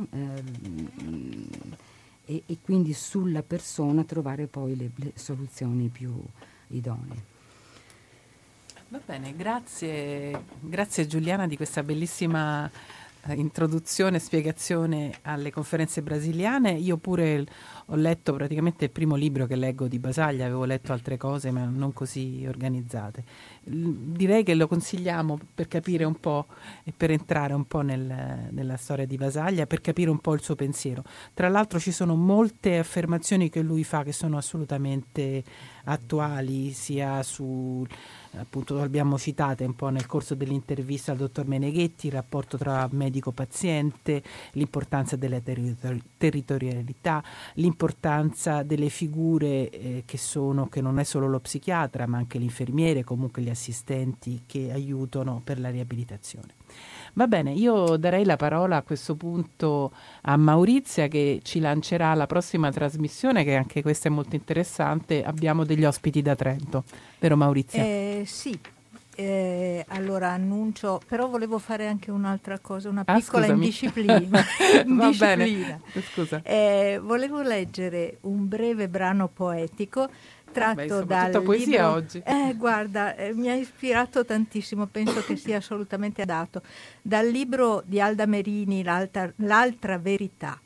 E quindi sulla persona trovare poi le soluzioni più idonee. Va bene, grazie Giuliana di questa bellissima introduzione, spiegazione alle conferenze brasiliane. Io pure ho letto praticamente il primo libro che leggo di Basaglia, avevo letto altre cose ma non così organizzate. Direi che lo consigliamo per capire un po' e per entrare un po' nella storia di Basaglia, per capire un po' il suo pensiero. Tra l'altro ci sono molte affermazioni che lui fa che sono assolutamente attuali, sia appunto abbiamo citate un po' nel corso dell'intervista al dottor Meneghetti, il rapporto tra medico-paziente, l'importanza della territorialità, l'importanza delle figure che non è solo lo psichiatra ma anche l'infermiere, comunque gli assistenti che aiutano per la riabilitazione. Va bene, io darei la parola a questo punto a Maurizia che ci lancerà la prossima trasmissione, che anche questa è molto interessante. Abbiamo degli ospiti da Trento, vero Maurizia? Sì, allora annuncio, però volevo fare anche un'altra cosa, una piccola indisciplina. Va bene, scusa. Volevo leggere un breve brano poetico tratto dal tutta poesia libro, oggi. Guarda, mi ha ispirato tantissimo, penso che sia assolutamente adatto, dal libro di Alda Merini, L'altra verità.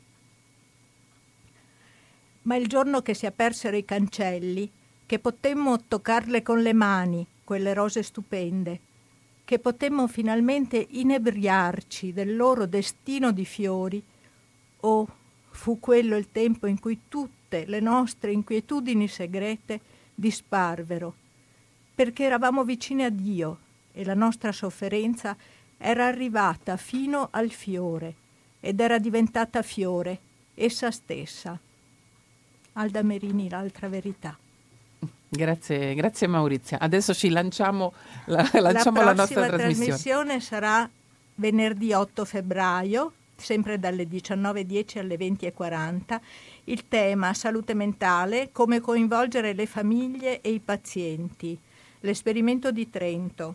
Ma il giorno che si apersero i cancelli, che potemmo toccarle con le mani, quelle rose stupende, che potemmo finalmente inebriarci del loro destino di fiori, fu quello il tempo in cui tutte le nostre inquietudini segrete disparvero, perché eravamo vicine a Dio e la nostra sofferenza era arrivata fino al fiore ed era diventata fiore essa stessa. Alda Merini, l'altra verità. Grazie Maurizia. Adesso ci lanciamo la nostra trasmissione. La trasmissione sarà venerdì 8 febbraio, sempre dalle 19.10 alle 20.40. Il tema salute mentale, come coinvolgere le famiglie e i pazienti. L'esperimento di Trento.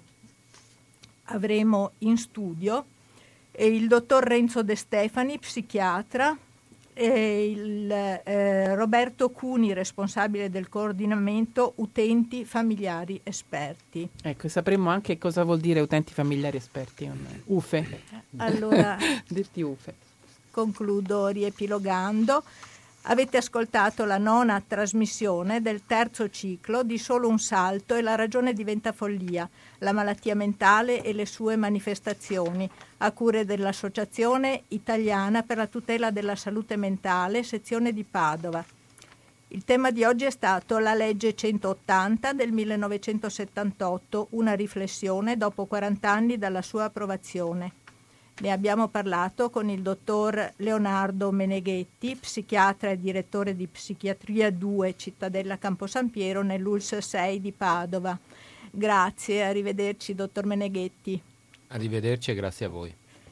Avremo in studio il dottor Renzo De Stefani, psichiatra, e il Roberto Cuni, responsabile del coordinamento utenti familiari esperti. Ecco, sapremo anche cosa vuol dire utenti familiari esperti, UFE. Allora, detti UFE. Concludo riepilogando. Avete ascoltato la 9ª trasmissione del terzo ciclo di Solo un salto e la ragione diventa follia, la malattia mentale e le sue manifestazioni, a cura dell'Associazione Italiana per la tutela della salute mentale, sezione di Padova. Il tema di oggi è stato la legge 180 del 1978, una riflessione dopo 40 anni dalla sua approvazione. Ne abbiamo parlato con il dottor Leonardo Meneghetti, psichiatra e direttore di Psichiatria 2 Cittadella Camposampiero nell'ULSS 6 di Padova. Grazie, arrivederci dottor Meneghetti. Arrivederci e grazie a voi.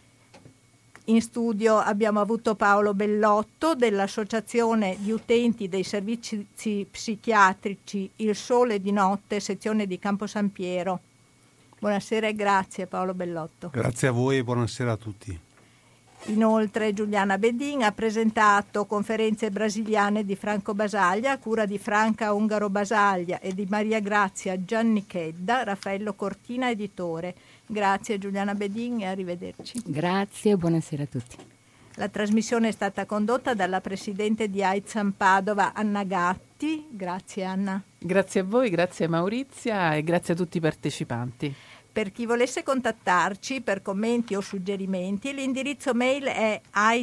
In studio abbiamo avuto Paolo Bellotto dell'Associazione di Utenti dei Servizi Psichiatrici Il Sole di Notte, sezione di Camposampiero. Buonasera e grazie Paolo Bellotto. Grazie a voi e buonasera a tutti. Inoltre Giuliana Bedin ha presentato Conferenze brasiliane di Franco Basaglia a cura di Franca Ungaro Basaglia e di Maria Grazia Giannichedda, Raffaello Cortina editore. Grazie Giuliana Bedin e arrivederci. Grazie e buonasera a tutti. La trasmissione è stata condotta dalla presidente di AIDSAM Padova Anna Gatti. Grazie Anna. Grazie a voi, grazie Maurizia e grazie a tutti i partecipanti. Per chi volesse contattarci per commenti o suggerimenti, l'indirizzo mail è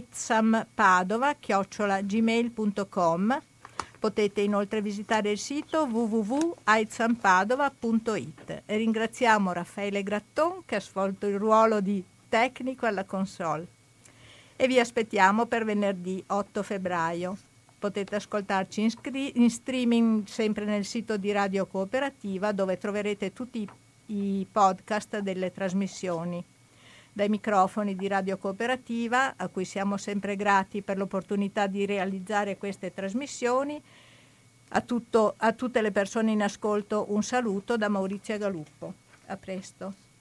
aidsampadova@gmail.com. Potete inoltre visitare il sito www.aidsampadova.it. E ringraziamo Raffaele Gratton che ha svolto il ruolo di tecnico alla console. E vi aspettiamo per venerdì 8 febbraio. Potete ascoltarci in streaming sempre nel sito di Radio Cooperativa, dove troverete tutti i podcast delle trasmissioni. Dai microfoni di Radio Cooperativa, a cui siamo sempre grati per l'opportunità di realizzare queste trasmissioni, a tutte le persone in ascolto un saluto da Maurizia Galuppo. A presto.